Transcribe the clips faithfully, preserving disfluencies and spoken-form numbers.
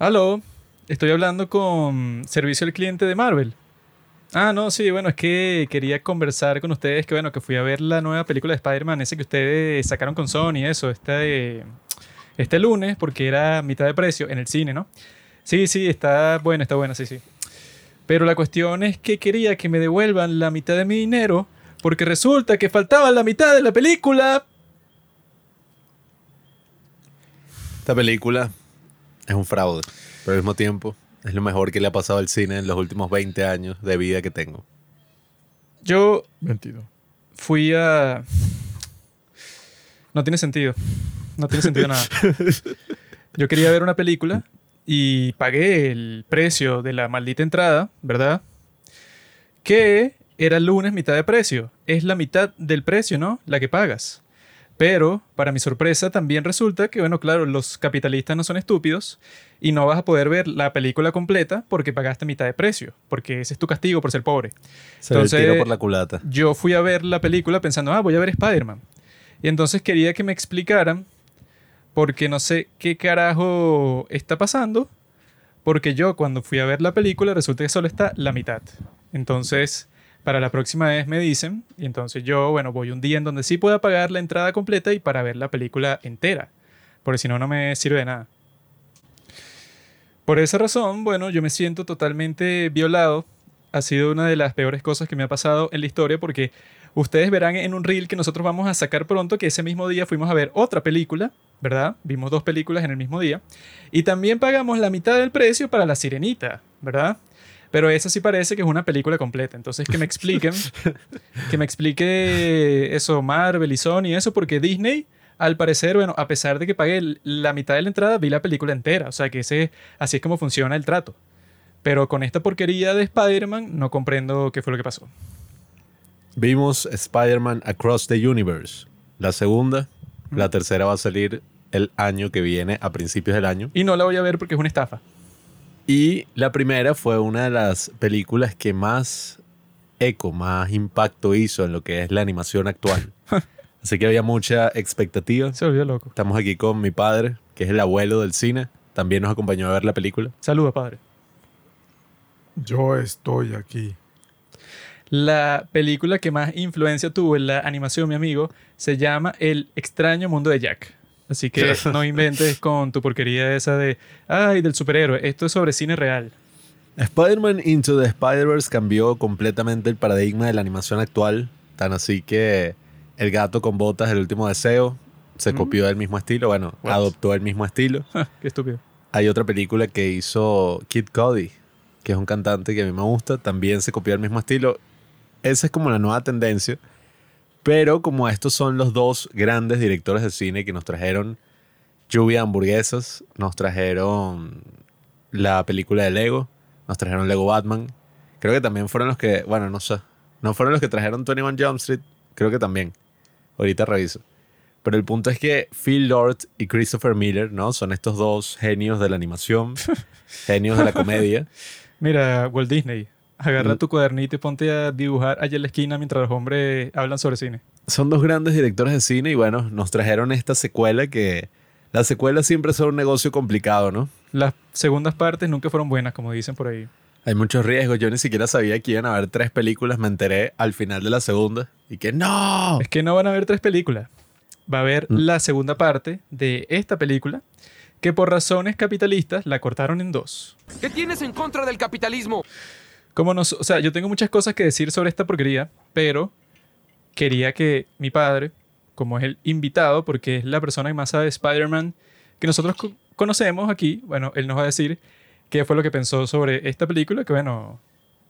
Aló, estoy hablando con servicio al cliente de Marvel. Ah, no, sí, bueno, es que quería conversar con ustedes que, bueno, que fui a ver la nueva película de Spider-Man, ese que ustedes sacaron con Sony, eso, este, este lunes, porque era mitad de precio en el cine, ¿no? Sí, sí, está buena, está buena, sí, sí. Pero la cuestión es que quería que me devuelvan la mitad de mi dinero, porque resulta que faltaba la mitad de la película. Esta película es un fraude, pero al mismo tiempo es lo mejor que le ha pasado al cine en los últimos veinte años de vida que tengo. Yo veintidós. fui a... No tiene sentido. No tiene sentido nada. Yo quería ver una película y pagué el precio de la maldita entrada, ¿verdad? Que era el lunes mitad de precio. Es la mitad del precio, ¿no? La que pagas. Pero, para mi sorpresa, también resulta que, bueno, claro, los capitalistas no son estúpidos y no vas a poder ver la película completa porque pagaste mitad de precio, porque ese es tu castigo por ser pobre. Se le tiro por la culata. Yo fui a ver la película pensando, ah, voy a ver Spider-Man. Y entonces quería que me explicaran, porque no sé qué carajo está pasando, porque yo cuando fui a ver la película resulta que solo está la mitad. Entonces, para la próxima vez me dicen, y entonces yo, bueno, voy un día en donde sí pueda pagar la entrada completa y para ver la película entera, porque si no, no me sirve de nada. Por esa razón, bueno, yo me siento totalmente violado. Ha sido una de las peores cosas que me ha pasado en la historia, porque ustedes verán en un reel que nosotros vamos a sacar pronto que ese mismo día fuimos a ver otra película, ¿verdad? Vimos dos películas en el mismo día. Y también pagamos la mitad del precio para La Sirenita, ¿verdad? Pero esa sí parece que es una película completa. Entonces que me expliquen, que me explique eso Marvel y Sony y eso, porque Disney, al parecer, bueno, a pesar de que pagué la mitad de la entrada, vi la película entera. O sea que ese, así es como funciona el trato. Pero con esta porquería de Spider-Man no comprendo qué fue lo que pasó. Vimos Spider-Man Across the Universe. La segunda, ¿Mm? La tercera va a salir el año que viene, a principios del año. Y no la voy a ver porque es una estafa. Y la primera fue una de las películas que más eco, más impacto hizo en lo que es la animación actual. Así que había mucha expectativa. Se volvió loco. Estamos aquí con mi padre, que es el abuelo del cine. También nos acompañó a ver la película. Saludos, padre. Yo estoy aquí. La película que más influencia tuvo en la animación, mi amigo, se llama El extraño mundo de Jack. Así que no inventes con tu porquería esa de, ay, del superhéroe. Esto es sobre cine real. Spider-Man Into the Spider-Verse cambió completamente el paradigma de la animación actual. Tan así que El gato con botas, El último deseo, se ¿Mm? copió del mismo estilo. Bueno, What? adoptó el mismo estilo. Qué estúpido. Hay otra película que hizo Kid Cudi, que es un cantante que a mí me gusta. También se copió el mismo estilo. Esa es como la nueva tendencia. Pero como estos son los dos grandes directores de cine que nos trajeron lluvia de hamburguesas, nos trajeron la película de Lego, nos trajeron Lego Batman. Creo que también fueron los que, bueno, no sé, no fueron los que trajeron veintiuno Jump Street, creo que también. Ahorita reviso. Pero el punto es que Phil Lord y Christopher Miller, ¿no? Son estos dos genios de la animación, genios de la comedia. Mira, Walt Disney. Agarra tu cuadernito y ponte a dibujar allá en la esquina mientras los hombres hablan sobre cine. Son dos grandes directores de cine y bueno, nos trajeron esta secuela que... Las secuelas siempre son un negocio complicado, ¿no? Las segundas partes nunca fueron buenas, como dicen por ahí. Hay muchos riesgos. Yo ni siquiera sabía que iban a haber tres películas. Me enteré al final de la segunda. Y que ¡no! Es que no van a haber tres películas. Va a haber ¿Mm? la segunda parte de esta película que por razones capitalistas la cortaron en dos. ¿Qué tienes en contra del capitalismo? Como nos, o sea, yo tengo muchas cosas que decir sobre esta porquería, pero quería que mi padre, como es el invitado, porque es la persona que más sabe de Spider-Man que nosotros co- conocemos aquí, bueno, él nos va a decir qué fue lo que pensó sobre esta película, que bueno,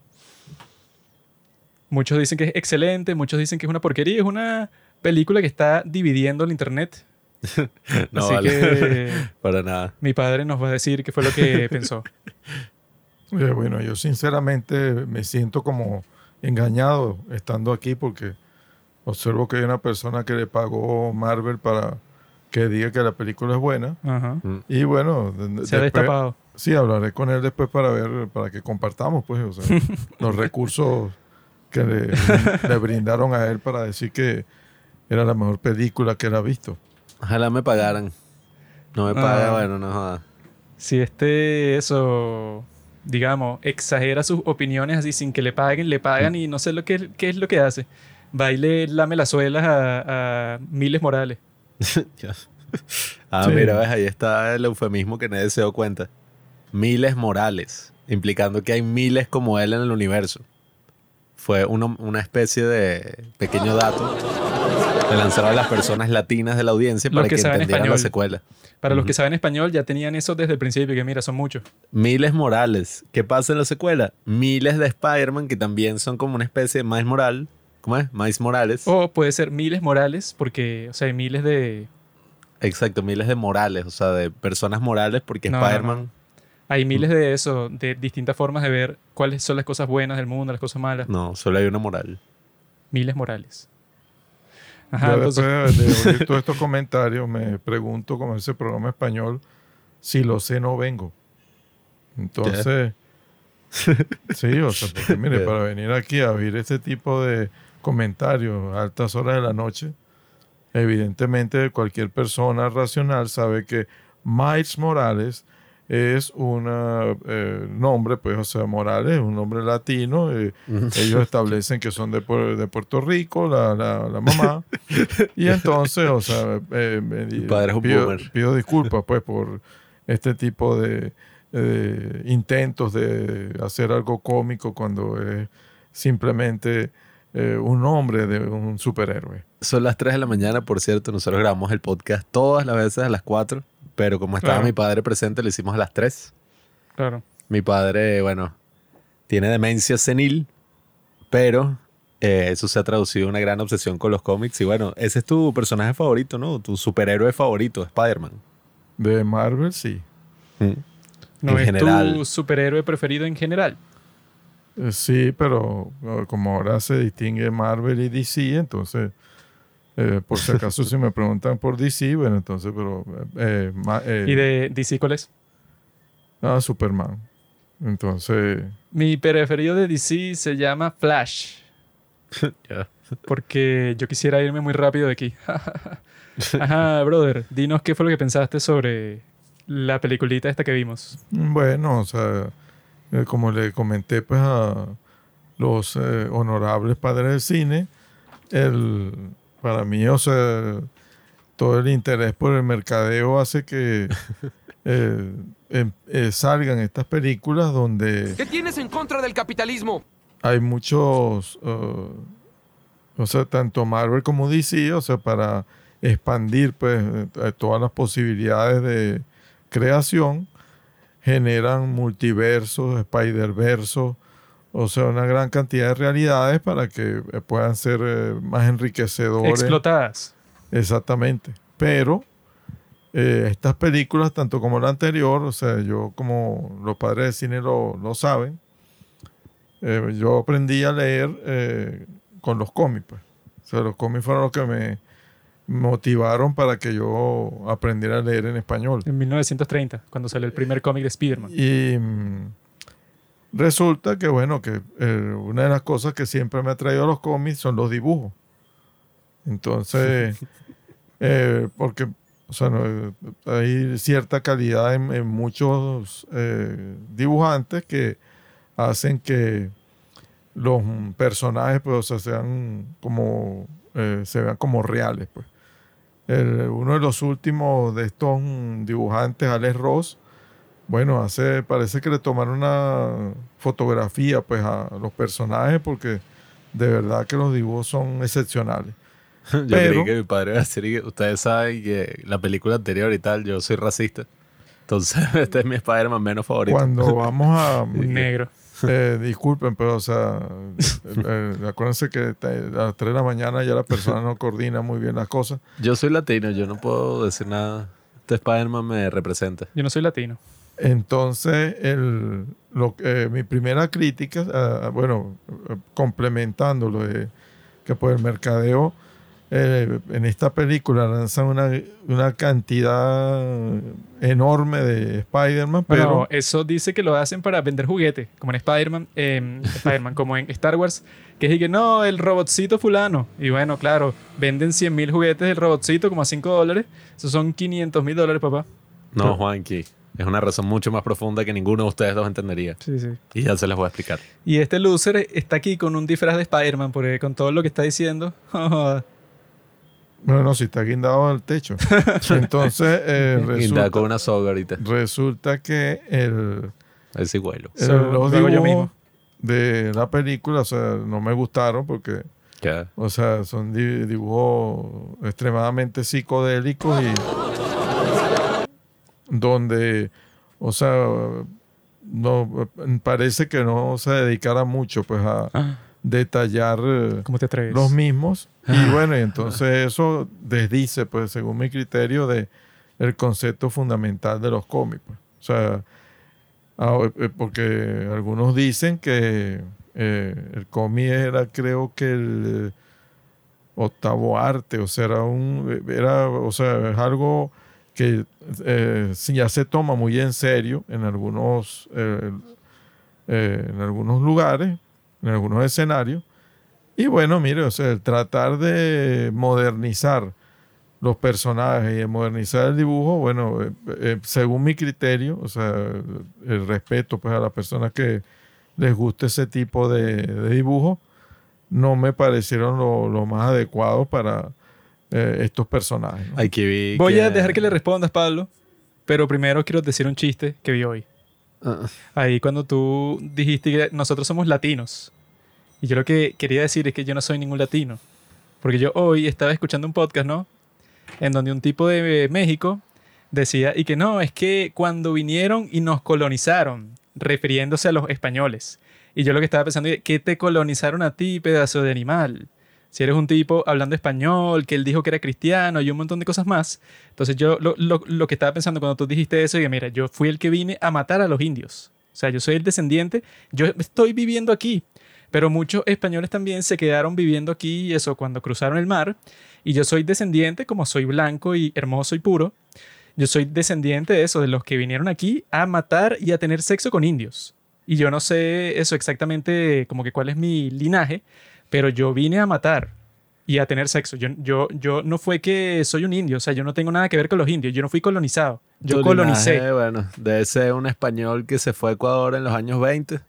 muchos dicen que es excelente, muchos dicen que es una porquería, es una película que está dividiendo el internet. No Así vale. que para nada. Mi padre nos va a decir qué fue lo que pensó. Oye, bueno, yo sinceramente me siento como engañado estando aquí porque observo que hay una persona que le pagó Marvel para que diga que la película es buena. Ajá. Y bueno, de, se después, ha destapado. Sí, hablaré con él después para ver, para que compartamos, pues, o sea, los recursos que le, le brindaron a él para decir que era la mejor película que él ha visto. Ojalá me pagaran. No me paga, Ah. bueno, no joda. Si este, eso, digamos, exagera sus opiniones así sin que le paguen, le pagan y no sé lo que, qué es lo que hace. Va y le lame las suelas a, a Miles Morales. Ya. Ah, Sí. mira, ves, ahí está el eufemismo que nadie se dio cuenta. Miles Morales, implicando que hay miles como él en el universo. Fue uno- una especie de pequeño dato que lanzaron a las personas latinas de la audiencia Los para que que, saben entendieran la español. secuela. Para los Ujú. que saben español ya tenían eso desde el principio, que mira, son muchos. Miles Morales. ¿Qué pasa en la secuela? Miles de Spider-Man que también son como una especie de Miles Moral. ¿Cómo es? Miles Morales. O puede ser Miles Morales, porque, o sea, hay miles de... Exacto, miles de Morales, o sea, de personas morales porque No, no, Spider-Man... no. Hay miles de eso, de distintas formas de ver cuáles son las cosas buenas del mundo, las cosas malas. No, solo hay una moral. Miles Morales. Ajá, Yo entonces, después de oír todos estos comentarios me pregunto con ese programa español si lo sé no vengo. Entonces, sí, o sea, porque mire, Ya. para venir aquí a oír este tipo de comentarios a altas horas de la noche, evidentemente cualquier persona racional sabe que Miles Morales es un nombre, pues, o sea, Morales es un nombre latino. eh, ellos establecen que son de, Pu- de Puerto Rico, la, la, la mamá. Y entonces, o sea, eh, me di- Mi padre es un pido, boomer. pido disculpas, pues, por este tipo de eh, intentos de hacer algo cómico cuando es simplemente eh, un nombre de un superhéroe. Son las tres de la mañana, por cierto. Nosotros grabamos el podcast todas las veces a las cuatro, pero como estaba Claro. mi padre presente, lo hicimos a las tres. claro. Mi padre, bueno, tiene demencia senil, pero eh, eso se ha traducido en una gran obsesión con los cómics. Y bueno, ese es tu personaje favorito, ¿no? Tu superhéroe favorito, Spider-Man. De Marvel, sí. Mm. No En es general. tu superhéroe preferido en general. Eh, Sí, pero eh, como ahora se distingue Marvel y D C, entonces, eh, por si acaso si me preguntan por D C, bueno, entonces, pero... eh, ma- eh, ¿Y de D C cuál es? ah, Superman. Entonces, Mi preferido de D C se llama Flash. Ya. Porque yo quisiera irme muy rápido de aquí. Ajá, brother, dinos qué fue lo que pensaste sobre la peliculita esta que vimos. bueno, o sea, eh, como le comenté pues a los eh, honorables padres del cine, el, para mí, o sea, todo el interés por el mercadeo hace que eh, em- eh, salgan estas películas donde ¿Qué tienes en contra del capitalismo? hay muchos, uh, o sea, tanto Marvel como D C, o sea, para expandir pues eh, todas las posibilidades de creación, generan multiversos, Spider-Versos, o sea, una gran cantidad de realidades para que eh, puedan ser eh, más enriquecedores. Explotadas. Exactamente. Pero eh, estas películas, tanto como la anterior, o sea, yo como los padres de cine lo, lo saben, eh, yo aprendí a leer eh, con los cómics. Pues. O sea, los cómics fueron los que me motivaron para que yo aprendiera a leer en español. En mil novecientos treinta, cuando salió el primer cómic de Spider-Man. Y mm, resulta que, bueno, que eh, una de las cosas que siempre me ha traído a los cómics son los dibujos. Entonces, eh, porque o sea, no, hay cierta calidad en, en muchos eh, dibujantes que hacen que los mm, personajes pues, o sea, sean como, eh, se vean como reales. Pues. El- uno de los últimos de estos mm, dibujantes, Alex Ross, bueno, hace, parece que le tomaron una fotografía pues, a los personajes porque de verdad que los dibujos son excepcionales. Yo Pero- creí que mi padre iba a decir que ustedes saben que la película anterior y tal, yo soy racista. Entonces, este es mi Spider-Man menos favorito. Cuando vamos a... Negro. Eh, disculpen, pero, o sea, eh, eh, acuérdense que te- a las tres de la mañana ya la persona no coordina muy bien las cosas. Yo soy latino, yo no puedo decir nada. Este Spider-Man me representa. Yo no soy latino. Entonces, el, lo, eh, mi primera crítica, ah, bueno, eh, complementando lo de que por el mercadeo, eh, en esta película lanzan una, una cantidad enorme de Spider-Man, pero... Bueno, eso dice que lo hacen para vender juguetes, como en Spider-Man, eh, Spider-Man, como en Star Wars, que es y que no, el robotcito fulano. Y bueno, claro, venden cien mil juguetes del robotcito como a cinco dólares. Esos son quinientos mil dólares, papá. No, Juanqui. Es una razón mucho más profunda que ninguno de ustedes dos entendería. Sí, sí. Y ya se las voy a explicar. Y este loser está aquí con un disfraz de Spider-Man, porque con todo lo que está diciendo. Bueno, no, si está guindado al techo. Entonces, eh, Y da resulta, con una soga ahorita. resulta que el, El cigüelo. el- So, los lo hago yo dibujos mismo. de la película, o sea, no me gustaron porque, ¿Qué? o sea, son di- dibujos extremadamente psicodélicos y donde, o sea, no parece que no se dedicara mucho pues a Ah, detallar eh, ¿cómo te atreves? los mismos y Ah. bueno, y entonces eso desdice pues según mi criterio de el concepto fundamental de los cómics, pues. O sea, ah, eh, porque algunos dicen que eh, el cómic era, creo que el eh, octavo arte, o sea, era un era, o sea, es algo que eh, sí ya se toma muy en serio en algunos eh, eh, en algunos lugares, en algunos escenarios. Y bueno, mire, o sea, el tratar de modernizar los personajes y de modernizar el dibujo, bueno, eh, eh, según mi criterio, o sea, el, el respeto pues a las personas que les guste ese tipo de, de dibujo, no me parecieron lo, lo más adecuado para eh, estos personajes, ¿no? Aquí vi Voy que- a dejar que le respondas, Pablo, pero primero quiero decir un chiste que vi hoy. Ah, Ahí cuando tú dijiste que nosotros somos latinos. Y yo lo que quería decir es que yo no soy ningún latino. Porque yo hoy estaba escuchando un podcast, ¿no? En donde un tipo de México decía, y que no, es que cuando vinieron y nos colonizaron, refiriéndose a los españoles. Y yo lo que estaba pensando es, ¿qué te colonizaron a ti, pedazo de animal? Si eres un tipo hablando español, que él dijo que era cristiano y un montón de cosas más. Entonces yo lo, lo, lo que estaba pensando cuando tú dijiste eso, y que mira, yo fui el que vine a matar a los indios. O sea, yo soy el descendiente, yo estoy viviendo aquí. Pero muchos españoles también se quedaron viviendo aquí, eso, cuando cruzaron el mar. Y yo soy descendiente, como soy blanco y hermoso y puro, yo soy descendiente de eso, de los que vinieron aquí a matar y a tener sexo con indios. Y yo no sé eso exactamente, como que cuál es mi linaje, pero yo vine a matar y a tener sexo. Yo, yo, yo no fue que soy un indio, o sea, yo no tengo nada que ver con los indios, yo no fui colonizado, yo tu colonicé. linaje, bueno, debe ser un español que se fue a Ecuador en los años veinte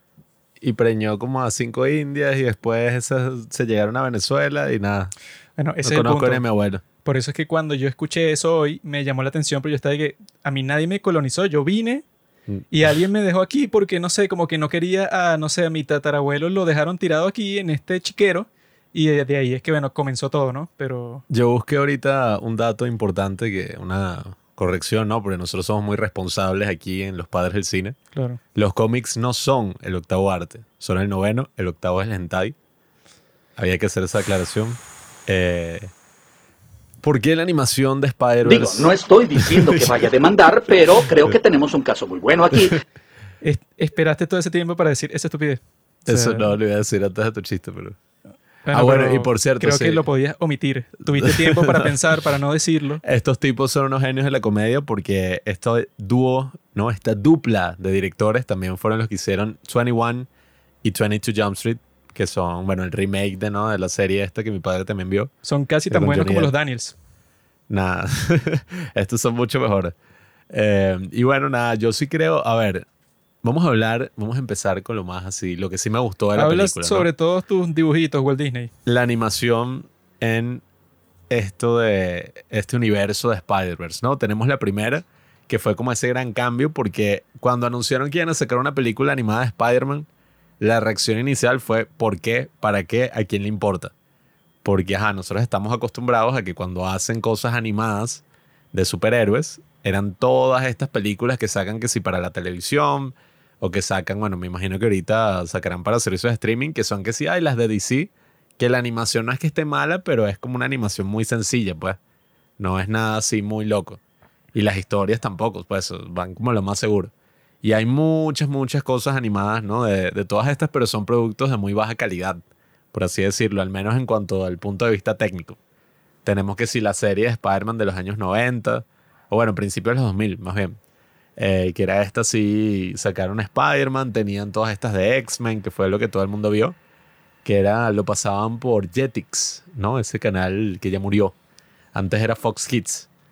y preñó como a cinco indias y después esas se llegaron a Venezuela y nada. Bueno, No ese es el conozco punto. ni a mi abuelo. Por eso es que cuando yo escuché eso hoy, me llamó la atención, pero yo estaba de que a mí nadie me colonizó, yo vine Mm. y alguien me dejó aquí porque, no sé, como que no quería, a, no sé, a mi tatarabuelo lo dejaron tirado aquí en este chiquero y de, de ahí es que, bueno, comenzó todo, ¿no? Pero, Yo busqué ahorita un dato importante, que una corrección, ¿no? Porque nosotros somos muy responsables aquí en Los Padres del Cine. claro. Los cómics no son el octavo arte, son el noveno, el octavo es el hentai. Había que hacer esa aclaración. Eh, ¿Por qué la animación de Digo, Spider-Verse? no estoy diciendo que vaya a demandar, pero creo que tenemos un caso muy bueno aquí. Es- esperaste todo ese tiempo para decir esa estupidez. O sea, Eso no lo iba a decir antes de tu chiste, pero... bueno, Ah, bueno, pero y por cierto, creo sí. que lo podías omitir. Tuviste tiempo para pensar, para no decirlo. Estos tipos son unos genios de la comedia porque este dúo, ¿no? Esta dupla de directores también fueron los que hicieron veintiuno y veintidós Jump Street, que son, bueno, el remake de, ¿no? de la serie esta que mi padre también vio. Son casi Sí, tan con buenos Johnny como Depp. los Daniels. Nada, estos son mucho mejores. Eh, y bueno, nada, yo sí creo, a ver, vamos a hablar, vamos a empezar con lo más así, lo que sí me gustó de la Hablas película, ¿no? sobre todos tus dibujitos, Walt Disney. La animación en esto de este universo de Spider-Verse, ¿no? Tenemos la primera, que fue como ese gran cambio, porque cuando anunciaron que iban a sacar una película animada de Spider-Man, la reacción inicial fue ¿por qué? ¿Para qué? ¿A quién le importa? Porque, ajá, nosotros estamos acostumbrados a que cuando hacen cosas animadas de superhéroes, eran todas estas películas que sacan que si para la televisión, o que sacan, bueno, me imagino que ahorita sacarán para servicios de streaming, que son que sí hay las de D C, que la animación no es que esté mala, pero es como una animación muy sencilla, pues. No es nada así muy loco. Y las historias tampoco, pues van como lo más seguro. Y hay muchas, muchas cosas animadas, ¿no? De, de todas estas, pero son productos de muy baja calidad, por así decirlo, al menos en cuanto al punto de vista técnico. Tenemos que si la serie de Spider-Man de los años noventa, o bueno, principios de los dos mil, más bien, eh, que era esta, sí, sacaron Spider-Man, tenían todas estas de X-Men, que fue lo que todo el mundo vio, que era, lo pasaban por Jetix, ¿no? Ese canal que ya murió. Antes era Fox Kids.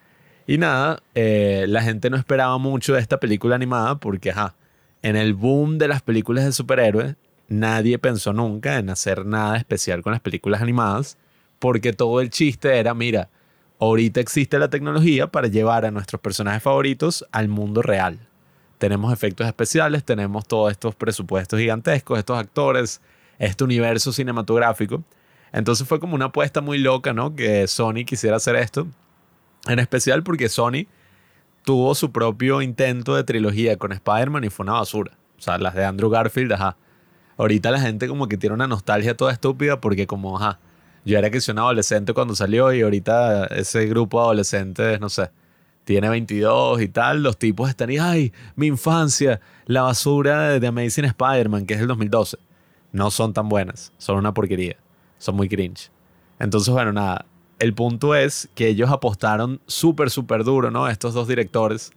Y nada, eh, la gente no esperaba mucho de esta película animada porque, ajá, en el boom de las películas de superhéroes, nadie pensó nunca en hacer nada especial con las películas animadas porque todo el chiste era, mira, ahorita existe la tecnología para llevar a nuestros personajes favoritos al mundo real. Tenemos efectos especiales, tenemos todos estos presupuestos gigantescos, estos actores, este universo cinematográfico. Entonces fue como una apuesta muy loca, ¿no? Que Sony quisiera hacer esto. En especial porque Sony tuvo su propio intento de trilogía con Spider-Man y fue una basura. O sea, las de Andrew Garfield, ajá. Ahorita la gente como que tiene una nostalgia toda estúpida porque como, ajá, yo era que soy un adolescente cuando salió y ahorita ese grupo de adolescentes, no sé, tiene veintidós y tal, los tipos están ahí, ay, mi infancia, la basura de The Amazing Spider-Man, que es el dos mil doce. No son tan buenas, son una porquería, son muy cringe. Entonces, bueno, nada, el punto es que ellos apostaron súper, súper duro, ¿no? Estos dos directores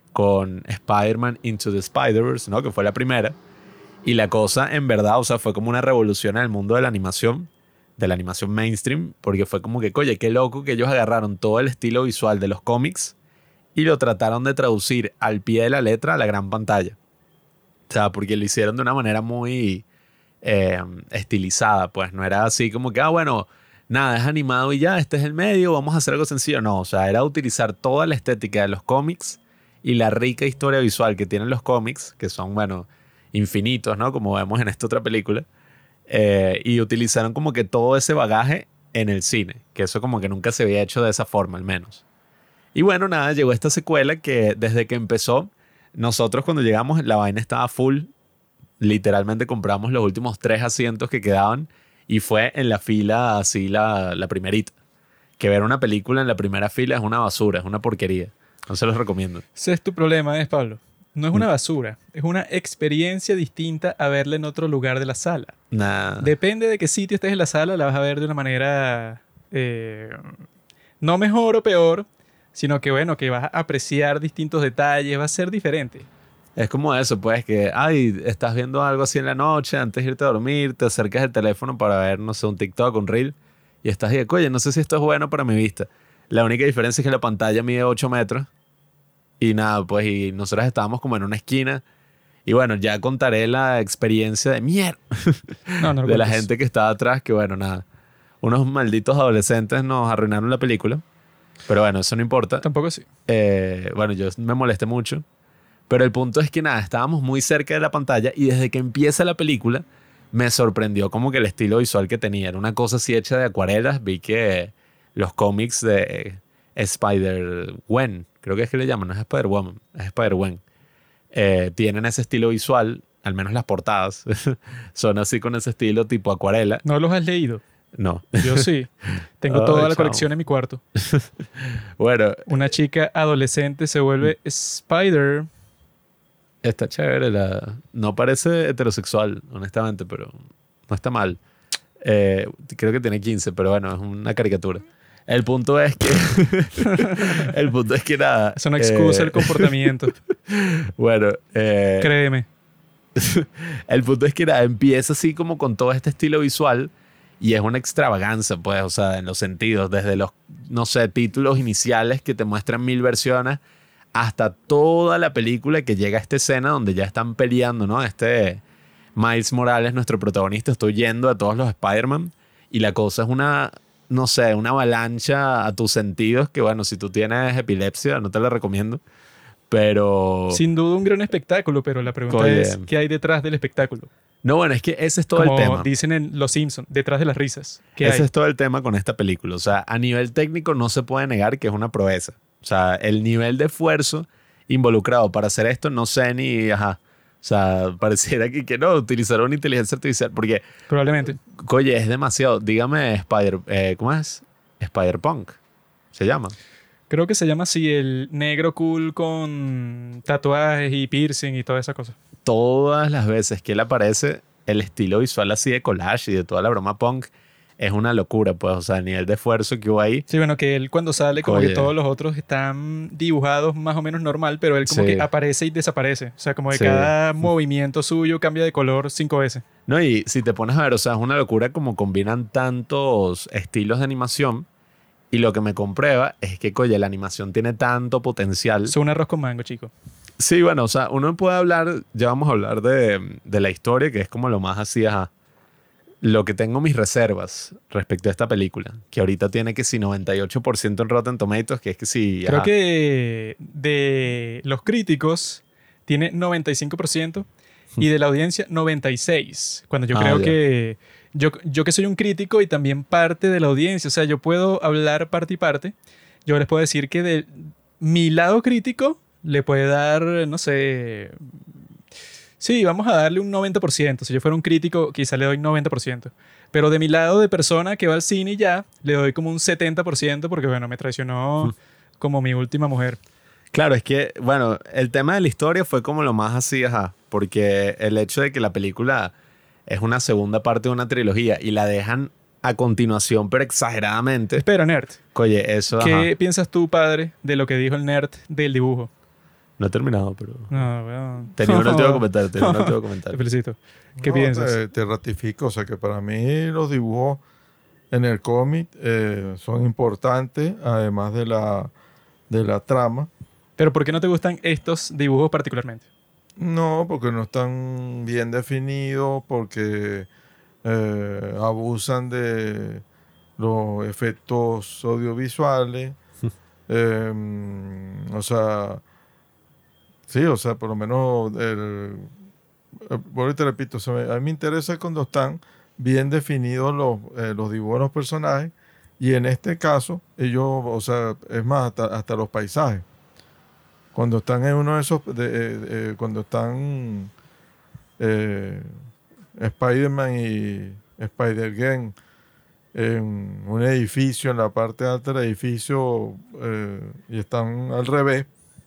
con Spider-Man Into the Spider-Verse, ¿no? Que fue la primera. Y la cosa, en verdad, o sea, fue como una revolución en el mundo de la animación, de la animación mainstream, porque fue como que, oye, qué loco que ellos agarraron todo el estilo visual de los cómics y lo trataron de traducir al pie de la letra a la gran pantalla. O sea, porque lo hicieron de una manera muy eh, estilizada, pues no era así como que, ah, bueno, nada, es animado y ya, este es el medio, vamos a hacer algo sencillo. No, o sea, era utilizar toda la estética de los cómics y la rica historia visual que tienen los cómics, que son, bueno, infinitos, ¿no? Como vemos en esta otra película. Eh, y utilizaron como que todo ese bagaje en el cine, que eso como que nunca se había hecho de esa forma, al menos. Y bueno, nada, llegó esta secuela que desde que empezó, nosotros cuando llegamos la vaina estaba full. Literalmente compramos los últimos tres asientos que quedaban y fue en la fila así la, la primerita. Que ver una película en la primera fila es una basura, es una porquería. No se los recomiendo. Ese es tu problema, ¿eh, Pablo? No es una basura, es una experiencia distinta a verla en otro lugar de la sala. Nah. Depende de qué sitio estés en la sala, la vas a ver de una manera eh, no mejor o peor, sino que bueno, que vas a apreciar distintos detalles, va a ser diferente. Es como eso, pues, que, ay, estás viendo algo así en la noche, antes de irte a dormir, te acercas el teléfono para ver, no sé, un TikTok, un Reel, y estás ahí, oye, no sé si esto es bueno para mi vista. La única diferencia es que la pantalla mide ocho metros, y nada, pues, y nosotros estábamos como en una esquina, y bueno, ya contaré la experiencia de mierda no, no de la cuentes. gente que estaba atrás, que bueno, nada, unos malditos adolescentes nos arruinaron la película, pero bueno, eso no importa. Tampoco sí. Eh, bueno, yo me molesté mucho. Pero el punto es que nada, estábamos muy cerca de la pantalla y desde que empieza la película me sorprendió como que el estilo visual que tenía. Era una cosa así hecha de acuarelas. Vi que los cómics de Spider-Gwen, creo que es que le llaman, no es Spider-Woman, es Spider-Gwen, eh, tienen ese estilo visual, al menos las portadas, son así con ese estilo tipo acuarela. ¿No los has leído? No. Yo sí. Tengo Ay, toda la chamo. colección en mi cuarto. Bueno, Una chica adolescente se vuelve Spider. está chévere. La... No parece heterosexual, honestamente, pero no está mal. Eh, creo que tiene quince, pero bueno, es una caricatura. El punto es que... el punto es que nada... Es una excusa eh, el comportamiento. Bueno, eh, Créeme. el punto es que nada, empieza así como con todo este estilo visual y es una extravaganza, pues, o sea, en los sentidos, desde los, no sé, títulos iniciales que te muestran mil versiones hasta toda la película que llega a esta escena donde ya están peleando, ¿no? Este Miles Morales, nuestro protagonista, está huyendo a todos los Spider-Man y la cosa es una, no sé, una avalancha a tus sentidos que, bueno, si tú tienes epilepsia, no te la recomiendo, pero... Sin duda un gran espectáculo, pero la pregunta Oye. es, ¿qué hay detrás del espectáculo? No, bueno, es que ese es todo Como el tema. dicen en Los Simpsons, detrás de las risas. ¿Qué Ese hay? es todo el tema con esta película. O sea, a nivel técnico no se puede negar que es una proeza. O sea, el nivel de esfuerzo involucrado para hacer esto, no sé ni... Ajá. O sea, pareciera que, que no, utilizaron inteligencia artificial. Porque, Probablemente. oye, es demasiado. Dígame, Spider... Eh, ¿Cómo es? Spider-Punk. Se llama. Creo que se llama así el negro cool con tatuajes y piercing y toda esa cosa. Todas las veces que él aparece, el estilo visual así de collage y de toda la broma punk es una locura, pues. O sea, el nivel de esfuerzo que hubo ahí. Sí, bueno, que él cuando sale, como Oye. que todos los otros están dibujados más o menos normal, pero él como Sí. que aparece y desaparece. O sea, como que Sí. cada movimiento suyo cambia de color cinco veces. No, y si te pones a ver, o sea, es una locura como combinan tantos estilos de animación Y lo que me comprueba es que, coye, la animación tiene tanto potencial. Es un arroz con mango, chico. Sí, bueno, o sea, uno puede hablar, ya vamos a hablar de, de la historia, que es como lo más así, ajá. Lo que tengo mis reservas respecto a esta película, que ahorita tiene que si noventa y ocho por ciento en Rotten Tomatoes, que es que sí... Creo ajá. que de los críticos tiene noventa y cinco por ciento y de la audiencia noventa y seis por ciento. Cuando yo Ah, creo ya. que... Yo, yo que soy un crítico y también parte de la audiencia, o sea, yo puedo hablar parte y parte. Yo les puedo decir que de mi lado crítico le puede dar, no sé... Sí, vamos a darle un noventa por ciento. Si yo fuera un crítico, quizá le doy noventa por ciento. Pero de mi lado de persona que va al cine y ya, le doy como un setenta por ciento porque, bueno, me traicionó como mi última mujer. Claro, es que, bueno, el tema de la historia fue como lo más así, ajá, porque el hecho de que la película es una segunda parte de una trilogía y la dejan a continuación, pero exageradamente, Espera, nerd. oye, eso, ¿Qué ajá, piensas tú, padre, de lo que dijo el nerd del dibujo? no he terminado, pero... No, bueno. Tenía un último comentario, tenía un último Te comentario. felicito. ¿Qué No, piensas? Te, te ratifico, o sea que para mí los dibujos en el cómic eh, son importantes, además de la, de la trama. Pero ¿por qué no te gustan estos dibujos particularmente? No, porque no están bien definidos, porque eh, abusan de los efectos audiovisuales. Eh, o sea, sí, o sea, por lo menos, el, eh, bueno, te repito, o sea, a mí me interesa cuando están bien definidos los, eh, los dibujos de los personajes, y en este caso, ellos, o sea, es más, hasta, hasta los paisajes. Cuando están en uno de esos, de, eh, eh, cuando están eh, Spider-Man y Spider-Gwen en un edificio, en la parte alta del edificio, eh, y están al revés,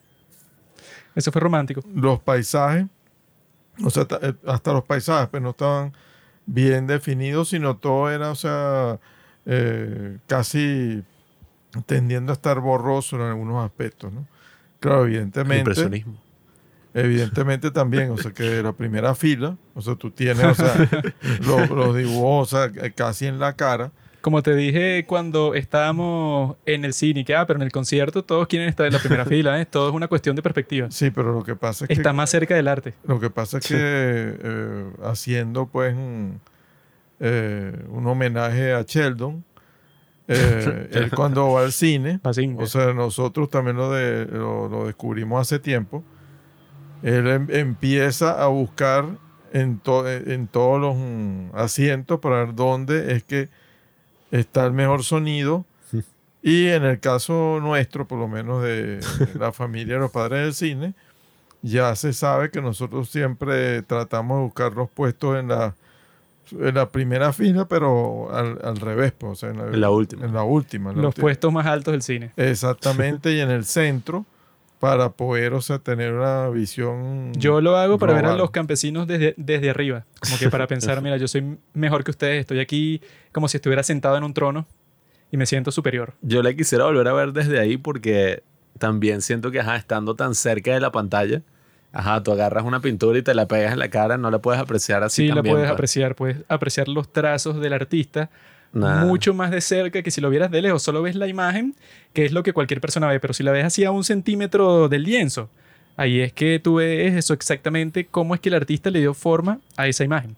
Eso fue romántico. los paisajes, o sea, ta- eh, hasta los paisajes, pues no estaban bien definidos, sino todo era, o sea, eh, casi tendiendo a estar borroso en algunos aspectos, ¿no? Claro, evidentemente, Impresionismo. evidentemente también, o sea, que de la primera fila, o sea, tú tienes, o sea, los, los dibujos, o sea, casi en la cara. Como te dije cuando estábamos en el cine, que, ah, pero en el concierto todos quieren estar en la primera fila, ¿eh? Todo es una cuestión de perspectiva. Sí, pero lo que pasa es que Está más cerca del arte. Lo que pasa es que eh, haciendo pues un, eh, un homenaje a Sheldon, eh, él cuando va al cine, Bazinga. o sea, nosotros también lo, de, lo, lo descubrimos hace tiempo, él em- empieza a buscar en, to- en todos los mm, asientos para ver dónde es que está el mejor sonido. Y en el caso nuestro, por lo menos de la familia de los padres del cine, ya se sabe que nosotros siempre tratamos de buscar los puestos en la, en la primera fila, pero al, al revés, pues, o sea, en la, En la última. En la última. en la Los última. puestos más altos del cine. Exactamente, y en el centro, para poder, o sea, tener una visión. Yo lo hago para ver a global. los campesinos desde, desde arriba. Como que para pensar, mira, yo soy mejor que ustedes. Estoy aquí como si estuviera sentado en un trono y me siento superior. Yo la quisiera volver a ver desde ahí porque también siento que, ajá, estando tan cerca de la pantalla, ajá, tú agarras una pintura y te la pegas en la cara, no la puedes apreciar así Sí, la también, puedes pues. apreciar. Puedes apreciar los trazos del artista Nah. mucho más de cerca que si lo vieras de lejos. Solo ves la imagen, que es lo que cualquier persona ve. Pero si la ves así a un centímetro del lienzo, ahí es que tú ves eso exactamente, cómo es que el artista le dio forma a esa imagen.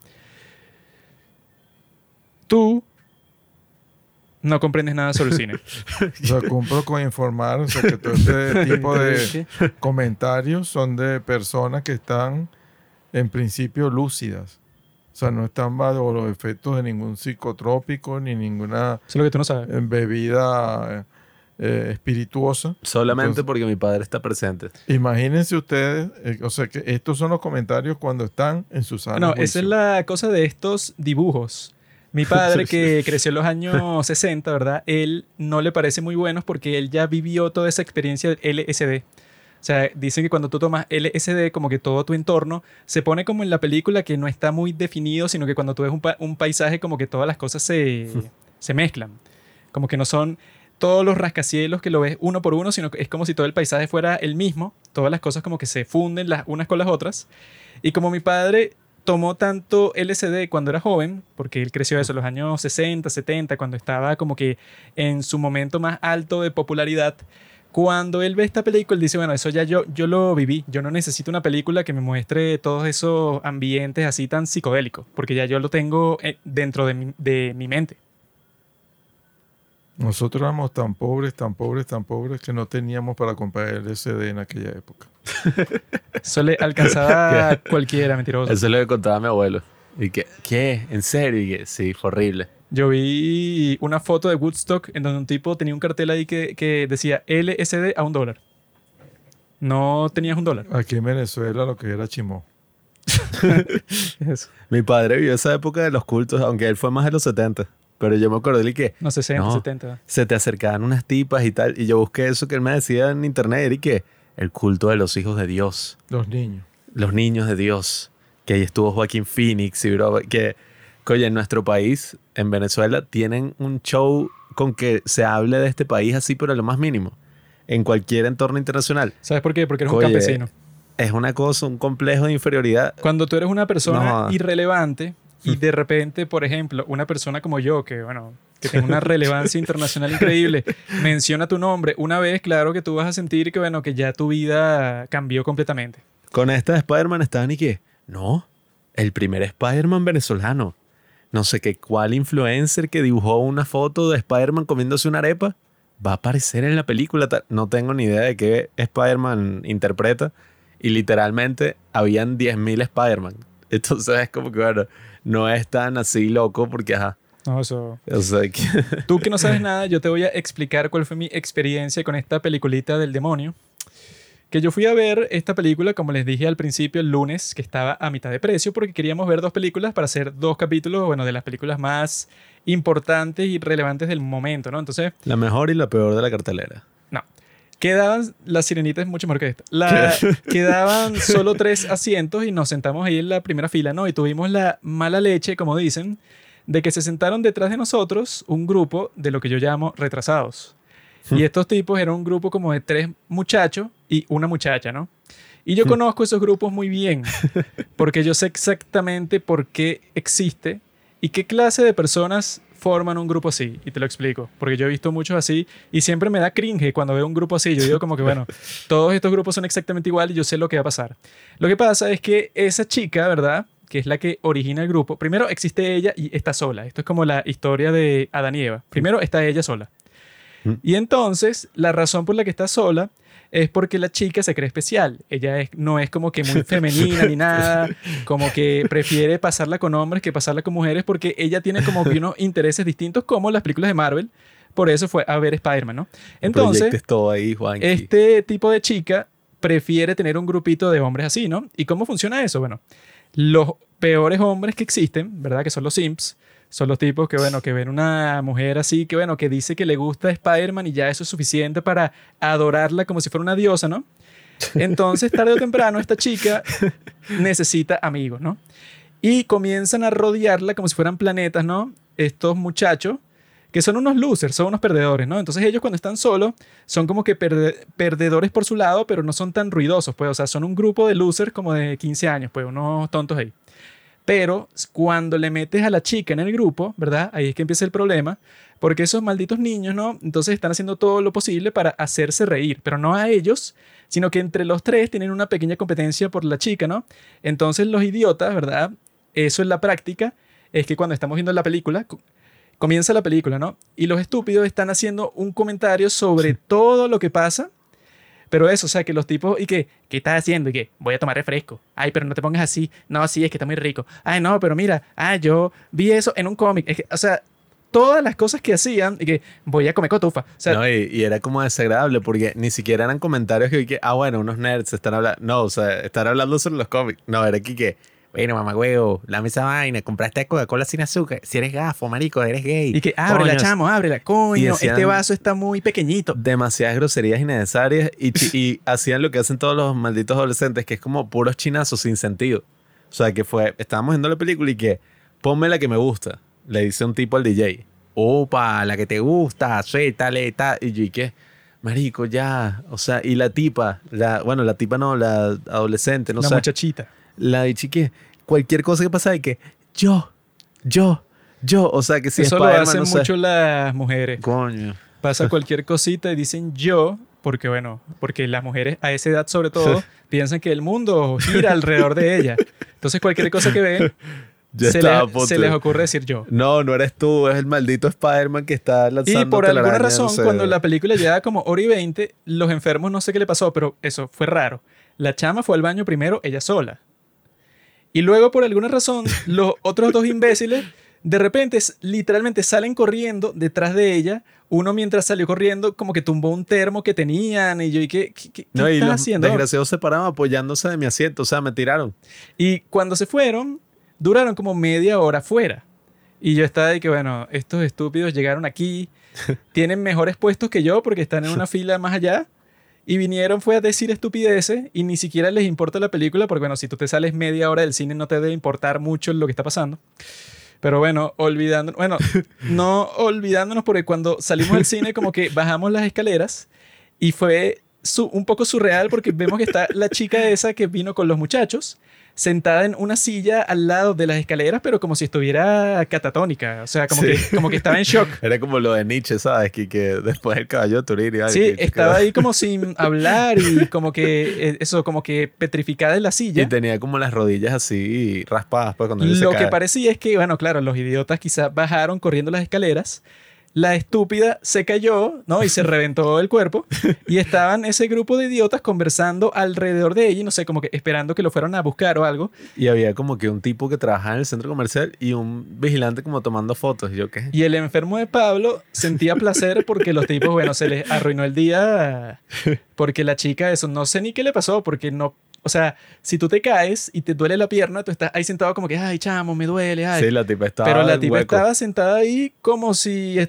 Tú no comprendes nada sobre el cine. O sea, cumplo con informar, o sea, que todo este tipo de comentarios son de personas que están en principio lúcidas. O sea, no están bajo los efectos de ningún psicotrópico ni ninguna Eso es lo que tú no sabes. eh, bebida eh, espirituosa. Solamente Entonces, porque mi padre está presente. imagínense ustedes, eh, o sea, que estos son los comentarios cuando están en su sala. No, de esa es juicio. la cosa de estos dibujos. Mi padre, que creció en los años sesenta, ¿verdad? Él no le parece muy buenos porque él ya vivió toda esa experiencia del L S D. O sea, dicen que cuando tú tomas L S D, como que todo tu entorno se pone como en la película, que no está muy definido, sino que cuando tú ves un, pa- un paisaje, como que todas las cosas se, se mezclan. Como que no son todos los rascacielos que lo ves uno por uno, sino que es como si todo el paisaje fuera el mismo. Todas las cosas como que se funden las unas con las otras. Y como mi padre tomó tanto L S D cuando era joven, porque él creció eso en los años sesenta, setenta, cuando estaba como que en su momento más alto de popularidad. Cuando él ve esta película, él dice, bueno, eso ya yo, yo lo viví. Yo no necesito una película que me muestre todos esos ambientes así tan psicodélicos, porque ya yo lo tengo eh, dentro de mi, de mi mente. Nosotros éramos tan pobres, tan pobres, tan pobres que no teníamos para comprar L S D en aquella época. Eso le alcanzaba a cualquiera, mentiroso. Eso es lo que contaba mi abuelo. Y que, ¿qué? ¿En serio? Y que, sí, fue horrible. Yo vi una foto de Woodstock en donde un tipo tenía un cartel ahí que, que decía L S D a un dólar. No tenías un dólar. Aquí en Venezuela lo que era chimó. Eso. Mi padre vivió esa época de los cultos, aunque él fue más de los setenta. Pero yo me acuerdo de él que No, sesenta, no, setenta. se te acercaban unas tipas y tal. Y yo busqué eso que él me decía en internet. Y que el culto de los hijos de Dios. Los niños. Los niños de Dios. Que ahí estuvo Joaquín Phoenix y bro, que, que, oye, en nuestro país, en Venezuela, tienen un show con que se hable de este país así, pero a lo más mínimo. En cualquier entorno internacional. ¿Sabes por qué? Porque eres un Oye, campesino. Es una cosa, un complejo de inferioridad. Cuando tú eres una persona No. irrelevante y de repente, por ejemplo, una persona como yo, que bueno, que tiene una relevancia internacional increíble, menciona tu nombre una vez, claro que tú vas a sentir que, bueno, que ya tu vida cambió completamente. Con esta de Spider-Man estaban y que, no, el primer Spider-Man venezolano. No sé qué cuál influencer que dibujó una foto de Spider-Man comiéndose una arepa va a aparecer en la película. No tengo ni idea de qué Spider-Man interpreta. Y literalmente habían diez mil Spider-Man. Entonces es como que, bueno, no es tan así loco porque, ajá. No, eso... O sea, que... Tú que no sabes nada, yo te voy a explicar cuál fue mi experiencia con esta peliculita del demonio. Que yo fui a ver esta película, como les dije al principio, el lunes, que estaba a mitad de precio, porque queríamos ver dos películas para hacer dos capítulos, bueno, de las películas más importantes y relevantes del momento, ¿no? Entonces... La mejor y la peor de la cartelera. No. Quedaban, la Sirenita es mucho mejor que esta. La, quedaban solo tres asientos y nos sentamos ahí en la primera fila, ¿no? Y tuvimos la mala leche, como dicen, de que se sentaron detrás de nosotros un grupo de lo que yo llamo retrasados. Y estos tipos eran un grupo como de tres muchachos y una muchacha, ¿no? Y yo conozco esos grupos muy bien, porque yo sé exactamente por qué existe y qué clase de personas forman un grupo así. Y te lo explico, porque yo he visto muchos así y siempre me da cringe cuando veo un grupo así. Yo digo como que, bueno, todos estos grupos son exactamente igual y yo sé lo que va a pasar. Lo que pasa es que esa chica, ¿verdad?, que es la que origina el grupo, primero existe ella y está sola. Esto es como la historia de Adán y Eva. Primero está ella sola. Y entonces, la razón por la que está sola es porque la chica se cree especial. Ella es, no es como que muy femenina ni nada, como que prefiere pasarla con hombres que pasarla con mujeres porque ella tiene como que unos intereses distintos como las películas de Marvel. Por eso fue a ver Spider-Man, ¿no? Entonces, Proyectes todo ahí, Juanqui. este tipo de chica prefiere tener un grupito de hombres así, ¿no? ¿Y cómo funciona eso? Bueno, los peores hombres que existen, ¿verdad? Que son los simps. Son los tipos que, bueno, que ven una mujer así, que, bueno, que dice que le gusta Spider-Man y ya eso es suficiente para adorarla como si fuera una diosa, ¿no? Entonces, tarde o temprano, esta chica necesita amigos, ¿no? Y comienzan a rodearla como si fueran planetas, ¿no? Estos muchachos, que son unos losers, son unos perdedores, ¿no? Entonces, ellos cuando están solos, son como que perde- perdedores por su lado, pero no son tan ruidosos, pues. O sea, son un grupo de losers como de quince años, pues, unos tontos ahí. Pero cuando le metes a la chica en el grupo, ¿verdad? Ahí es que empieza el problema, porque esos malditos niños, ¿no? Entonces están haciendo todo lo posible para hacerse reír, pero no a ellos, sino que entre los tres tienen una pequeña competencia por la chica, ¿no? Entonces los idiotas, ¿verdad? Eso en la práctica es que cuando estamos viendo la película, co- comienza la película, ¿no? Y los estúpidos están haciendo un comentario sobre todo lo que pasa. Pero eso, o sea, que los tipos, ¿y qué? ¿Qué estás haciendo? ¿Y qué? Voy a tomar refresco. Ay, pero no te pongas así. No, sí, es que está muy rico. Ay, no, pero mira, ah, yo vi eso en un cómic. Es que, o sea, todas las cosas que hacían y que voy a comer cotufa. O sea, No, y, y era como desagradable porque ni siquiera eran comentarios que, que, ah, bueno, unos nerds están hablando. No, o sea, están hablando sobre los cómics. No, era aquí que, bueno, mamá huevo, lame esa vaina, compraste Coca-Cola sin azúcar. Si eres gafo, marico, eres gay. y que ábrela, Coño, chamo, ábrela. Y Coño, decían- este vaso está muy pequeñito. Demasiadas groserías innecesarias y, chi- y hacían lo que hacen todos los malditos adolescentes, que es como puros chinazos sin sentido. O sea, que fue, estábamos viendo la película y que, ponme la que me gusta, le dice un tipo al D J. Opa, la que te gusta, suéltale, tal. Y yo, ¿y qué? Marico, ya. O sea, y la tipa, la, bueno, la tipa no, la adolescente, no la sé. muchachita. La de chique, cualquier cosa que pasa, y que yo, yo, yo. O sea, que si Eso lo Spider-Man, hacen no sé. mucho las mujeres. Coño. Pasa cualquier cosita y dicen yo, porque bueno, porque las mujeres a esa edad sobre todo piensan que el mundo gira alrededor de ella. Entonces cualquier cosa que ven, Yo se, estaba a les, punto se de- les ocurre decir yo. No, no eres tú, es el maldito Spider-Man que está lanzando Y por alguna telarañas, razón, no sé. cuando la película llega como hora y veinte, los enfermos no sé qué le pasó, pero eso fue raro. La chama fue al baño primero, ella sola. Y luego, por alguna razón, los otros dos imbéciles de repente s- literalmente salen corriendo detrás de ella. Uno mientras salió corriendo como que tumbó un termo que tenían y yo, ¿y qué, qué, qué- qué No, y estás los haciendo? desgraciados se paraban apoyándose de mi asiento, o sea, me tiraron. Y cuando se fueron, duraron como media hora fuera. Y yo estaba de que, bueno, estos estúpidos llegaron aquí, tienen mejores puestos que yo porque están en una fila más allá. Y vinieron, fue a decir estupideces y ni siquiera les importa la película porque, bueno, si tú te sales media hora del cine no te debe importar mucho lo que está pasando. Pero bueno, olvidándonos, bueno, no olvidándonos porque cuando salimos del cine como que bajamos las escaleras y fue su- un poco surreal porque vemos que está la chica esa que vino con los muchachos sentada en una silla al lado de las escaleras, pero como si estuviera catatónica, o sea, como, Sí. que, como que estaba en shock. Era como lo de Nietzsche, ¿sabes? Que, que después el caballo de Turín y algo, Sí, que- estaba ahí como sin hablar y como que, eh, eso, como que petrificada en la Y silla. tenía como las rodillas así raspadas pues, cuando él se Lo que cae. parecía es que, bueno, claro, los idiotas quizás bajaron corriendo las escaleras. La estúpida se cayó, ¿no? Y se reventó el cuerpo. Y estaban ese grupo de idiotas conversando alrededor de ella, y no sé, como que esperando que lo fueran a buscar o algo. Y había como que un tipo que trabajaba en el centro comercial y un vigilante como tomando fotos. Y yo, ¿qué? Y el enfermo de Pablo sentía placer porque los tipos, bueno, se les arruinó el día porque la chica, eso, no sé ni qué le pasó, porque no, o sea, si tú te caes y te duele la pierna, tú estás ahí sentado como que, ay, chamo, me duele, ay. Sí, la tipa estaba Pero la en tipa hueco. estaba sentada ahí como si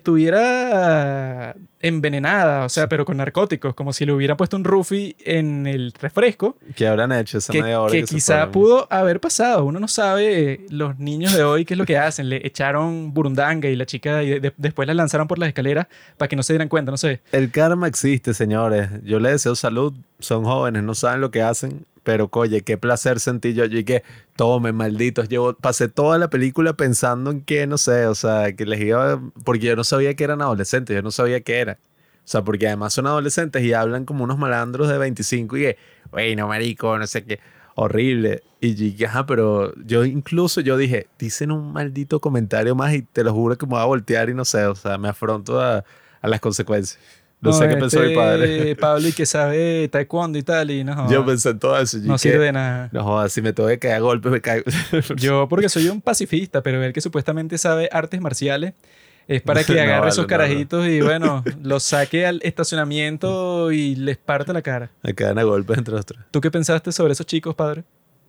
estuviera envenenada, o sea, pero con narcóticos, como si le hubieran puesto un roofie en el refresco, ¿Qué habrán hecho esa que, media hora que que se quizá fueron? pudo haber pasado. Uno no sabe, eh, los niños de hoy, qué es lo que hacen. Le echaron burundanga y la chica y de- después la lanzaron por las escaleras para que no se dieran cuenta, no sé. El karma existe, señores. Yo les deseo salud. Son jóvenes, no saben lo que hacen. Pero, oye, qué placer sentí yo. Yo y que tomen, malditos. Llevo, pasé toda la película pensando en que, no sé, o sea, que les iba... Porque yo no sabía que eran adolescentes. Yo no sabía qué era. O sea, porque además son adolescentes y hablan como unos malandros de veinticinco y que, bueno, marico, no sé qué. Horrible. Y yo dije, ajá, pero yo incluso, yo dije, dicen un maldito comentario más y te lo juro que me voy a voltear y no sé, o sea, me afronto a, a las consecuencias. No, sé qué pensó mi padre. este Pablo y que sabe taekwondo y tal, y no, joda, Yo pensé en todo eso. y no que, sirve de nada. No jodas, si me tengo que caer a golpes, me caigo. Yo, porque soy un pacifista, pero el que supuestamente sabe artes marciales es para que No, agarre vale, esos no, carajitos y, bueno, los saque al estacionamiento y les parte la cara. Me caen a golpes entre los tres. ¿Tú qué pensaste sobre esos chicos, padre?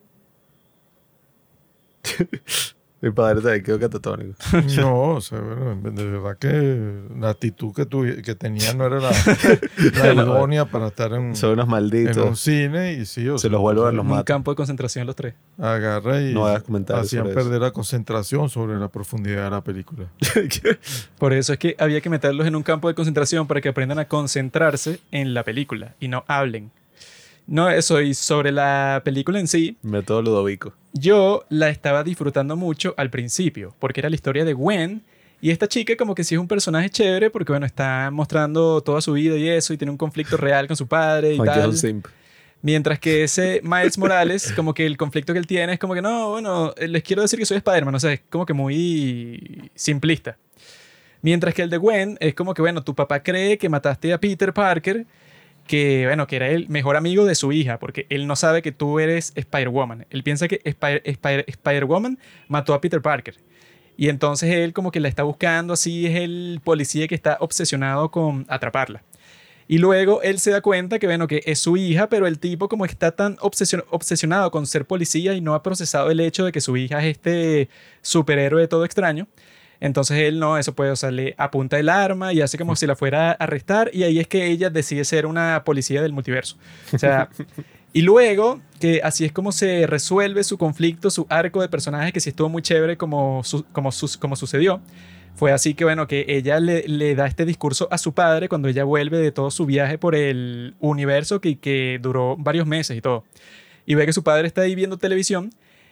Mi padre también quedó catatónico. No, o sea, bueno, de verdad que la actitud que, tuvi- que tenía no era la, la idónea para estar en, Son unos en un malditos. cine y sí, o Se sea, los vuelvo a ver, los En un mato. campo de concentración los tres. agarra y No hagas comentarios hacían sobre eso. perder la concentración sobre la profundidad de la película. Por eso es que había que meterlos en un campo de concentración para que aprendan a concentrarse en la película y no hablen. No, eso, y sobre la película en sí, Método Ludovico. yo la estaba disfrutando mucho al principio, porque era la historia de Gwen. Y esta chica como que sí es un personaje chévere, porque bueno, está mostrando toda su vida y eso, y tiene un conflicto real con su padre y Juan, que es tal. un simp. Mientras que ese Miles Morales, como que el conflicto que él tiene es como que, no, bueno, les quiero decir que soy Spider-Man, o sea, es como que muy simplista. Mientras que el de Gwen es como que, bueno, tu papá cree que mataste a Peter Parker, que, bueno, que era el mejor amigo de su hija, porque él no sabe que tú eres Spider-Woman. Él piensa que Spider- Spider- Spider-Woman mató a Peter Parker. Y entonces él como que la está buscando, así es el policía que está obsesionado con atraparla. Y luego él se da cuenta que, bueno, que es su hija, pero el tipo como está tan obsesio- obsesionado con ser policía y no ha procesado el hecho de que su hija es este superhéroe todo extraño. Entonces él no, eso puede, o sea, le apunta el arma y hace como si la fuera a arrestar y ahí es que ella decide ser una policía del multiverso. O sea, y luego, que así es como se resuelve su conflicto, su arco de personajes, que sí estuvo muy chévere como, su- como, su- como sucedió. Fue así que, bueno, que ella le, le da este discurso a su padre cuando ella vuelve de todo su viaje por el universo que, que duró varios meses y todo. Y ve que su padre está ahí viendo televisión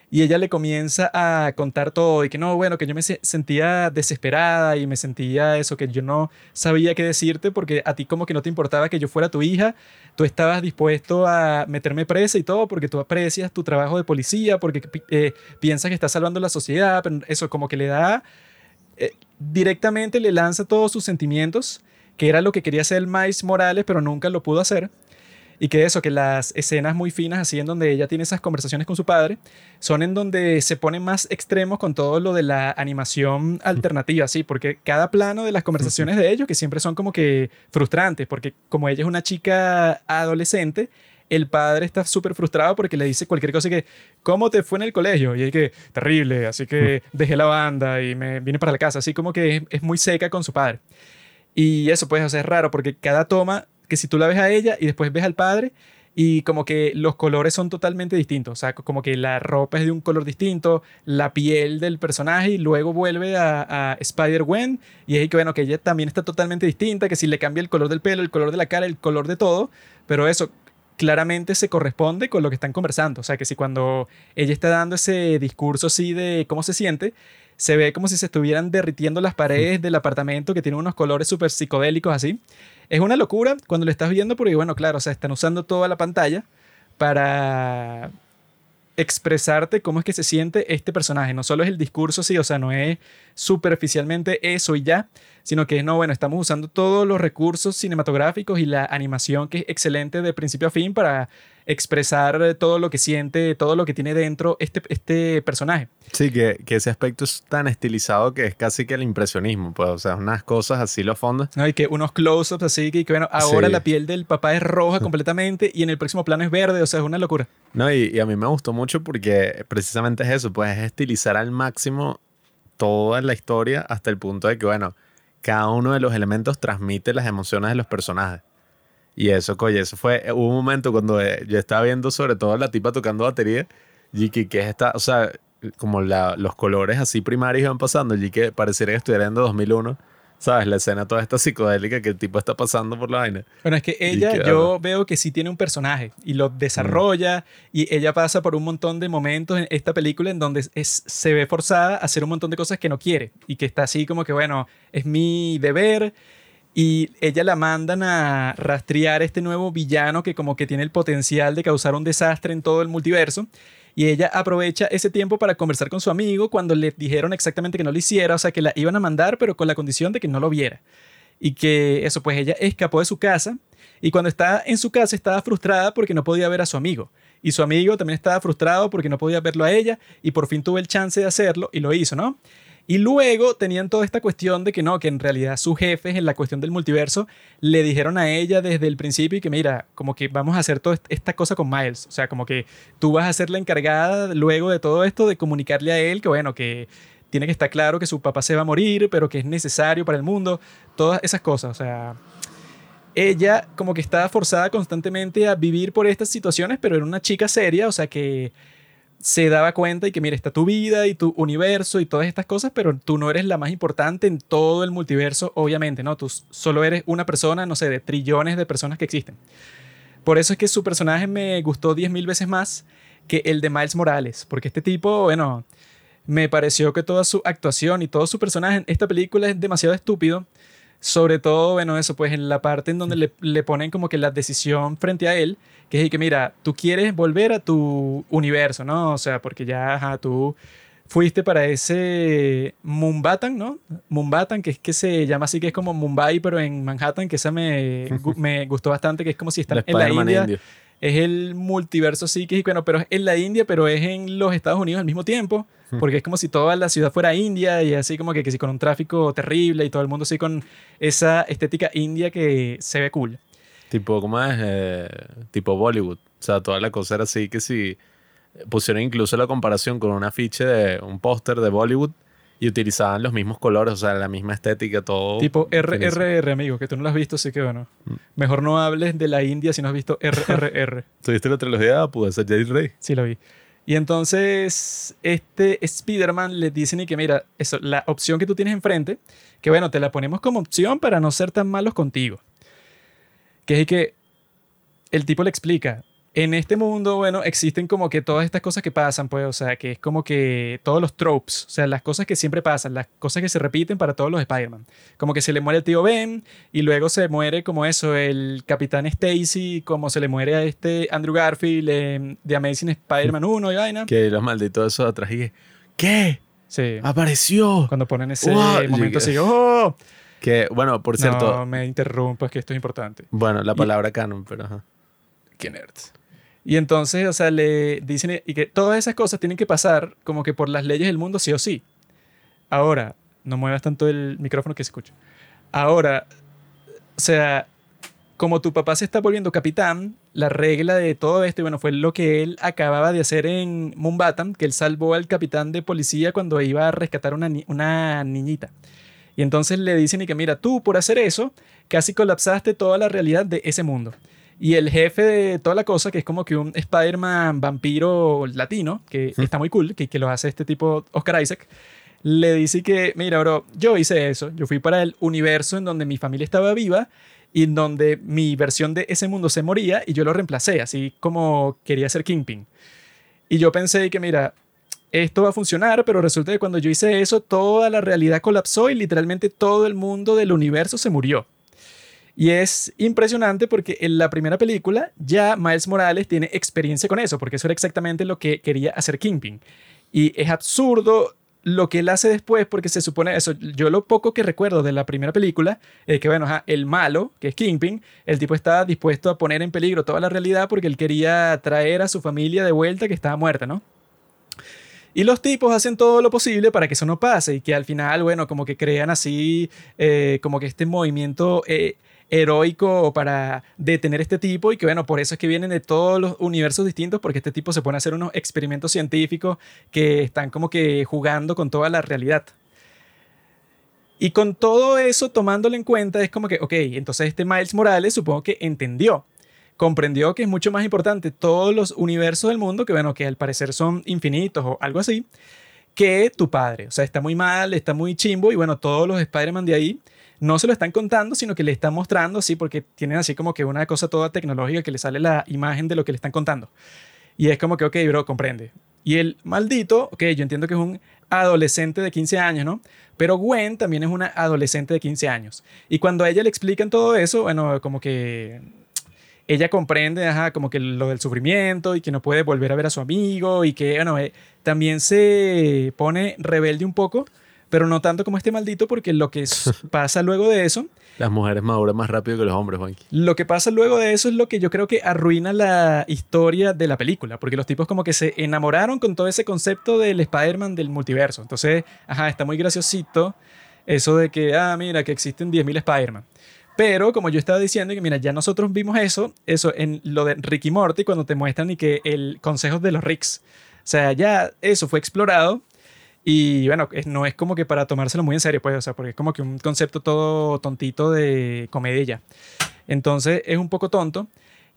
Y ella le comienza a contar todo y que no, bueno, que yo me se- sentía desesperada y me sentía eso, que yo no sabía qué decirte porque a ti como que no te importaba que yo fuera tu hija, tú estabas dispuesto a meterme presa y todo porque tú aprecias tu trabajo de policía, porque eh, piensas que estás salvando la sociedad, pero eso como que le da, eh, directamente le lanza todos sus sentimientos, que era lo que quería hacer Miles Morales, pero nunca lo pudo hacer. Y que eso, que las escenas muy finas, así en donde ella tiene esas conversaciones con su padre, son en donde se ponen más extremos con todo lo de la animación alternativa, sí, porque cada plano de las conversaciones de ellos, que siempre son como que frustrantes, porque como ella es una chica adolescente, el padre está súper frustrado porque le dice cualquier cosa que, ¿cómo te fue en el colegio? Y es que, terrible, así que dejé la banda y me vine para la casa, así como que es, es muy seca con su padre. Y eso, pues, o sea, es raro porque cada toma, que si tú la ves a ella y después ves al padre, y como que los colores son totalmente distintos. O sea, como que la ropa es de un color distinto, la piel del personaje, y luego vuelve a, a Spider-Gwen, y es que, bueno, que ella también está totalmente distinta, que si le cambia el color del pelo, el color de la cara, el color de todo, pero eso claramente se corresponde con lo que están conversando. O sea, que si cuando ella está dando ese discurso así de cómo se siente, se ve como si se estuvieran derritiendo las paredes del apartamento que tiene unos colores súper psicodélicos así. Es una locura cuando lo estás viendo porque, bueno, claro, o sea, están usando toda la pantalla para expresarte cómo es que se siente este personaje. No solo es el discurso, sí, o sea, no es superficialmente eso y ya, sino que es, no, bueno, estamos usando todos los recursos cinematográficos y la animación que es excelente de principio a fin para expresar todo lo que siente, todo lo que tiene dentro este, este personaje. Sí, que, que ese aspecto es tan estilizado que es casi que el impresionismo, pues, o sea, unas cosas así los fondos. ¿No? Y que unos close-ups así, que, que bueno, ahora Sí. la piel del papá es roja completamente y en el próximo plano es verde, o sea, es una locura. No, y, y a mí me gustó mucho porque precisamente es eso, pues es estilizar al máximo toda la historia hasta el punto de que, bueno, cada uno de los elementos transmite las emociones de los personajes. Y eso, coño, eso fue, hubo un momento cuando eh, yo estaba viendo sobre todo a la tipa tocando batería, y que, que es esta, o sea, como la, los colores así primarios iban pasando, y que pareciera que estuviera en dos mil uno, ¿sabes? La escena toda esta psicodélica que el tipo está pasando por la vaina. Bueno, es que ella, que, yo ah, veo que sí tiene un personaje y lo desarrolla, y ella pasa por un montón de momentos en esta película en donde es, se ve forzada a hacer un montón de cosas que no quiere y que está así como que, bueno, es mi deber. Y ella la mandan a rastrear este nuevo villano que como que tiene el potencial de causar un desastre en todo el multiverso. Y ella aprovecha ese tiempo para conversar con su amigo cuando le dijeron exactamente que no lo hiciera, o sea, que la iban a mandar, pero con la condición de que no lo viera. Y que eso, pues ella escapó de su casa, y cuando estaba en su casa estaba frustrada porque no podía ver a su amigo. Y su amigo también estaba frustrado porque no podía verlo a ella, y por fin tuvo el chance de hacerlo y lo hizo, ¿no? Y luego tenían toda esta cuestión de que no, que en realidad sus jefes en la cuestión del multiverso le dijeron a ella desde el principio y que mira, como que vamos a hacer toda esta cosa con Miles. O sea, como que tú vas a ser la encargada luego de todo esto de comunicarle a él que bueno, que tiene que estar claro que su papá se va a morir, pero que es necesario para el mundo. Todas esas cosas, o sea, ella como que estaba forzada constantemente a vivir por estas situaciones, pero era una chica seria, o sea que se daba cuenta y que mira, está tu vida y tu universo y todas estas cosas, pero tú no eres la más importante en todo el multiverso, obviamente, ¿no? Tú solo eres una persona, no sé, de trillones de personas que existen. Por eso es que su personaje me gustó diez mil veces más que el de Miles Morales, porque este tipo, bueno, me pareció que toda su actuación y todo su personaje en esta película es demasiado estúpido. Sobre todo, bueno, eso, pues en la parte en donde le, le ponen como que la decisión frente a él, que es que mira, tú quieres volver a tu universo, ¿no? O sea, porque ya, ajá, tú fuiste para ese Mumbatan, ¿no? Mumbatan, que es que se llama así, que es como Mumbai, pero en Manhattan, que esa me, gu- me gustó bastante, que es como si están el en la Spider-Man India. indio. Es el multiverso, sí, que es, bueno, pero es en la India, pero es en los Estados Unidos al mismo tiempo, porque es como si toda la ciudad fuera India y así como que, que sí, con un tráfico terrible y todo el mundo así con esa estética india que se ve cool. Tipo, ¿cómo es? Eh, tipo Bollywood. O sea, toda la cosa era así que si pusieron incluso la comparación con un afiche de un póster de Bollywood y utilizaban los mismos colores, o sea, la misma estética, todo. Tipo finísimo. R R R, amigo, que tú no lo has visto, así que bueno. Mejor no hables de la India si no has visto R R R. ¿Tuviste la trilogía? Ah, pude ser Jay Rey. Sí, lo vi. Y entonces, este Spider-Man le dicen y que mira, eso, la opción que tú tienes enfrente, que bueno, te la ponemos como opción para no ser tan malos contigo. Que es que el tipo le explica, en este mundo, bueno, existen como que todas estas cosas que pasan, pues, o sea, que es como que todos los tropes, o sea, las cosas que siempre pasan, las cosas que se repiten para todos los Spider-Man. Como que se le muere el tío Ben y luego se muere como eso, el Capitán Stacy, como se le muere a este Andrew Garfield eh, de Amazing Spider-Man uno y vaina. Que los malditos esos atrás y que, ¿qué? Sí. ¡Apareció! Cuando ponen ese Wow. momento así, ¡oh! Que, bueno, por cierto... No me interrumpas, que esto es importante. Bueno, la Y- palabra canon, pero ajá. Qué nerds. Y entonces, o sea, le dicen y que todas esas cosas tienen que pasar como que por las leyes del mundo sí o sí. Ahora, no muevas tanto el micrófono que se escucha. Ahora, o sea, como tu papá se está volviendo capitán, la regla de todo esto, y bueno, fue lo que él acababa de hacer en Mumbattan, que él salvó al capitán de policía cuando iba a rescatar una, ni- una niñita. Y entonces le dicen y que mira, tú por hacer eso, casi colapsaste toda la realidad de ese mundo. Y el jefe de toda la cosa, que es como que un Spider-Man vampiro latino, que está muy cool, que, que lo hace este tipo Oscar Isaac, le dice que, mira, bro, yo hice eso. Yo fui para el universo en donde mi familia estaba viva y en donde mi versión de ese mundo se moría y yo lo reemplacé, así como quería ser Kingpin. Y yo pensé que, mira, esto va a funcionar, pero resulta que cuando yo hice eso, toda la realidad colapsó y literalmente todo el mundo del universo se murió. Y es impresionante porque en la primera película ya Miles Morales tiene experiencia con eso, porque eso era exactamente lo que quería hacer Kingpin. Y es absurdo lo que él hace después, porque se supone eso. Yo lo poco que recuerdo de la primera película es que, bueno, ajá, el malo, que es Kingpin, el tipo estaba dispuesto a poner en peligro toda la realidad porque él quería traer a su familia de vuelta que estaba muerta, ¿no? Y los tipos hacen todo lo posible para que eso no pase y que al final, bueno, como que crean así, eh, como que este movimiento eh, heroico para detener este tipo y que, bueno, por eso es que vienen de todos los universos distintos porque este tipo se pone a hacer unos experimentos científicos que están como que jugando con toda la realidad. Y con todo eso tomándolo en cuenta es como que, ok, entonces este Miles Morales supongo que entendió. Comprendió que es mucho más importante todos los universos del mundo, que bueno, que al parecer son infinitos o algo así, que tu padre. O sea, está muy mal, está muy chimbo y bueno, todos los Spider-Man de ahí no se lo están contando, sino que le están mostrando así porque tienen así como que una cosa toda tecnológica que le sale la imagen de lo que le están contando. Y es como que, ok, bro, comprende. Y el maldito, ok, yo entiendo que es un adolescente de quince años, ¿no? Pero Gwen también es una adolescente de quince años. Y cuando a ella le explican todo eso, bueno, como que ella comprende, ajá, como que lo del sufrimiento y que no puede volver a ver a su amigo y que, bueno, eh, también se pone rebelde un poco, pero no tanto como este maldito porque lo que s- pasa luego de eso, Las mujeres maduran más rápido que los hombres, Juanqui. lo que pasa luego de eso es lo que yo creo que arruina la historia de la película, porque los tipos como que se enamoraron con todo ese concepto del Spider-Man del multiverso. Entonces, ajá, está muy graciosito eso de que, ah, mira, que existen diez mil Spider-Man. Pero como yo estaba diciendo, que mira, ya nosotros vimos eso, eso en lo de Rick y Morty, cuando te muestran y que el consejo de los Ricks. O sea, ya eso fue explorado y bueno, es- no es como que para tomárselo muy en serio, pues, o sea, porque es como que un concepto todo tontito de comedia ya. Entonces es un poco tonto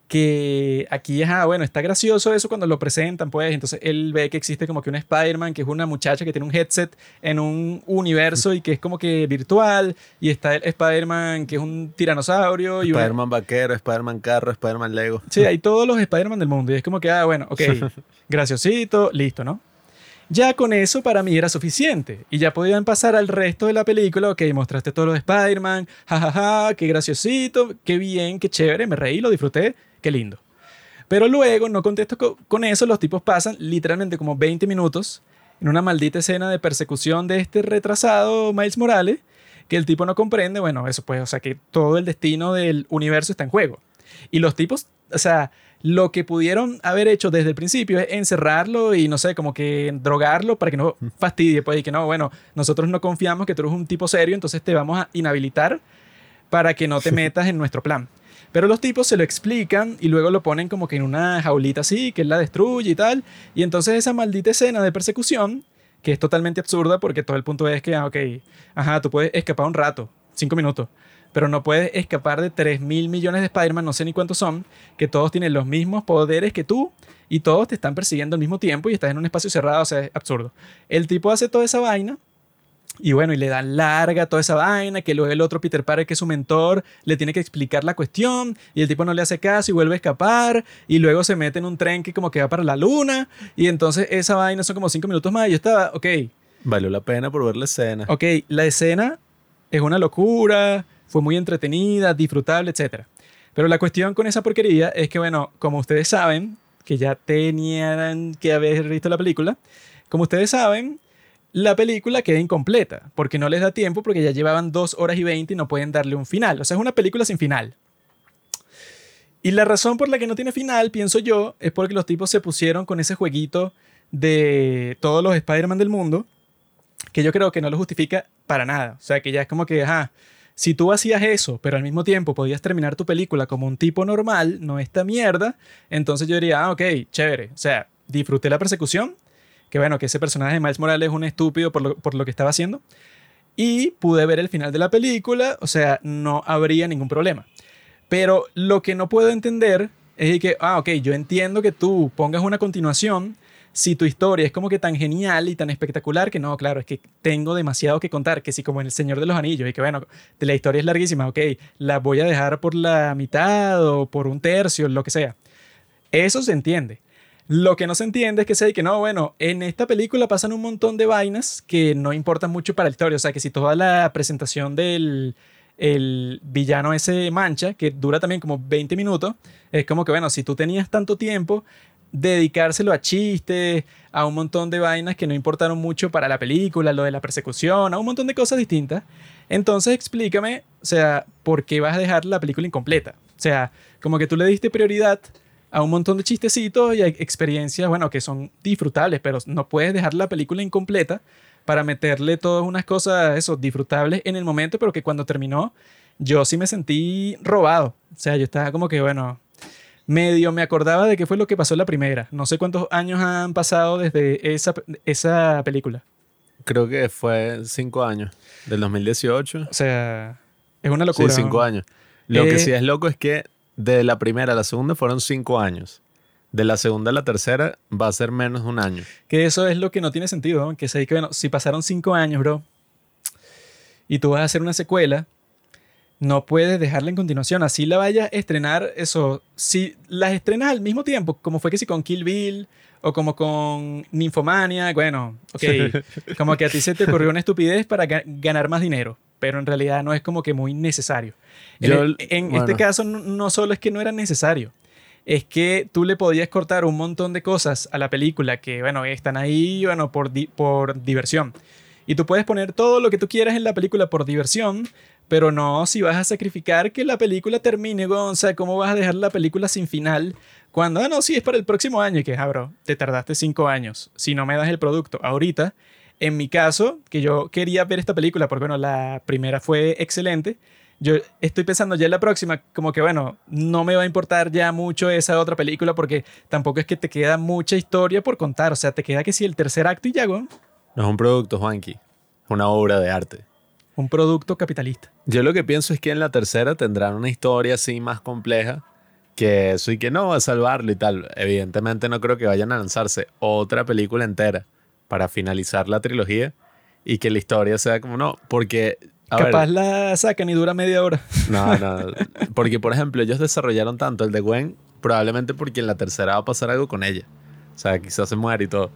que aquí, ajá, bueno, está gracioso eso cuando lo presentan, pues, entonces él ve que existe como que un Spider-Man, que es una muchacha que tiene un headset en un universo y que es como que virtual, y está el Spider-Man que es un tiranosaurio y una- Spider-Man vaquero, Spider-Man carro, Spider-Man Lego. Sí, hay todos los Spider-Man del mundo y es como que, ah, bueno, ok, graciosito, listo, ¿no? Ya con eso para mí era suficiente y ya podían pasar al resto de la película, ok, mostraste todos los Spider-Man, jajaja, qué graciosito, qué bien, qué chévere, me reí, lo disfruté, qué lindo. Pero luego, no contesto co- con eso, los tipos pasan literalmente como veinte minutos en una maldita escena de persecución de este retrasado Miles Morales, que el tipo no comprende, bueno, eso pues, o sea, que todo el destino del universo está en juego. Y los tipos, o sea, lo que pudieron haber hecho desde el principio es encerrarlo y no sé, como que drogarlo para que no fastidie, pues, y que no, bueno, nosotros no confiamos que tú eres un tipo serio, entonces te vamos a inhabilitar para que no te metas en nuestro plan. Pero los tipos se lo explican y luego lo ponen como que en una jaulita así, que él la destruye y tal. Y entonces esa maldita escena de persecución, que es totalmente absurda porque todo el punto es que, ah, ok, ajá, tú puedes escapar un rato, cinco minutos, pero no puedes escapar de tres mil millones de Spider-Man, no sé ni cuántos son, que todos tienen los mismos poderes que tú y todos te están persiguiendo al mismo tiempo y estás en un espacio cerrado, o sea, es absurdo. El tipo hace toda esa vaina Y bueno, y le dan larga toda esa vaina, que luego el otro Peter Parker, que es su mentor, le tiene que explicar la cuestión, y el tipo no le hace caso y vuelve a escapar, y luego se mete en un tren que como que va para la luna, y entonces esa vaina son como cinco minutos más, y yo estaba, ok, Valió la pena por ver la escena. ok, la escena es una locura, fue muy entretenida, disfrutable, etcétera. Pero la cuestión con esa porquería es que, bueno, como ustedes saben, que ya tenían que haber visto la película, como ustedes saben, la película queda incompleta, porque no les da tiempo, porque ya llevaban dos horas y veinte y no pueden darle un final. O sea, es una película sin final. Y la razón por la que no tiene final, pienso yo, es porque los tipos se pusieron con ese jueguito de todos los Spider-Man del mundo, que yo creo que no lo justifica para nada. O sea, que ya es como que, ajá, si tú hacías eso, pero al mismo tiempo podías terminar tu película como un tipo normal, no esta mierda, entonces yo diría, ah, ok, chévere. O sea, disfruté la persecución, que bueno, que ese personaje de Miles Morales es un estúpido por lo, por lo que estaba haciendo, y pude ver el final de la película, o sea, no habría ningún problema. Pero lo que no puedo entender es que, ah, ok, yo entiendo que tú pongas una continuación si tu historia es como que tan genial y tan espectacular que no, claro, es que tengo demasiado que contar, que si como en El Señor de los Anillos, y que bueno, la historia es larguísima, ok, la voy a dejar por la mitad o por un tercio, lo que sea. Eso se entiende. Lo que no se entiende es que se que no, bueno, en esta película pasan un montón de vainas que no importan mucho para la historia. O sea, que si toda la presentación del el villano ese Mancha, que dura también como veinte minutos, es como que, bueno, si tú tenías tanto tiempo, dedicárselo a chistes, a un montón de vainas que no importaron mucho para la película, lo de la persecución, a un montón de cosas distintas. Entonces explícame, o sea, ¿por qué vas a dejar la película incompleta? O sea, como que tú le diste prioridad a un montón de chistecitos y experiencias, bueno, que son disfrutables, pero no puedes dejar la película incompleta para meterle todas unas cosas, eso, disfrutables en el momento, pero que cuando terminó, yo sí me sentí robado. O sea, yo estaba como que, bueno, medio me acordaba de qué fue lo que pasó en la primera. No sé cuántos años han pasado desde esa, esa película. Creo que fue cinco años, del dos mil dieciocho. O sea, es una locura. Sí, cinco ¿no? años. Lo Eh, que sí es loco es que de la primera a la segunda fueron cinco años. De la segunda a la tercera va a ser menos de un año. Que eso es lo que no tiene sentido, ¿no? Que se que, bueno, si pasaron cinco años, bro, y tú vas a hacer una secuela, no puedes dejarla en continuación. Así la vayas a estrenar, eso. Si las estrenas al mismo tiempo, como fue que si con Kill Bill o como con Nymphomania, bueno, ok, como que a ti se te ocurrió una estupidez para ga- ganar más dinero, pero en realidad no es como que muy necesario. En, Yo- el- en bueno. este caso, no, no solo es que no era necesario, es que tú le podías cortar un montón de cosas a la película que, bueno, están ahí, bueno, por, di- por diversión. Y tú puedes poner todo lo que tú quieras en la película por diversión, pero no si vas a sacrificar que la película termine, weón. O sea, ¿cómo vas a dejar la película sin final? Cuando, ah, no, sí, es para el próximo año. Y que, ah, bro, te tardaste cinco años. Si no me das el producto ahorita, en mi caso, que yo quería ver esta película, porque, bueno, la primera fue excelente. Yo estoy pensando ya en la próxima, como que, bueno, no me va a importar ya mucho esa otra película, porque tampoco es que te queda mucha historia por contar. O sea, te queda que si el tercer acto y ya, weón. No es un producto, Juanqui. Es una obra de arte. Un producto capitalista. Yo lo que pienso es que en la tercera tendrán una historia así más compleja que eso y que no va a salvarlo y tal. Evidentemente no creo que vayan a lanzarse otra película entera para finalizar la trilogía y que la historia sea como no, porque... a Capaz ver, la sacan y dura media hora. no, no, porque por ejemplo ellos desarrollaron tanto el de Gwen probablemente porque en la tercera va a pasar algo con ella. O sea, quizás se muere y todo.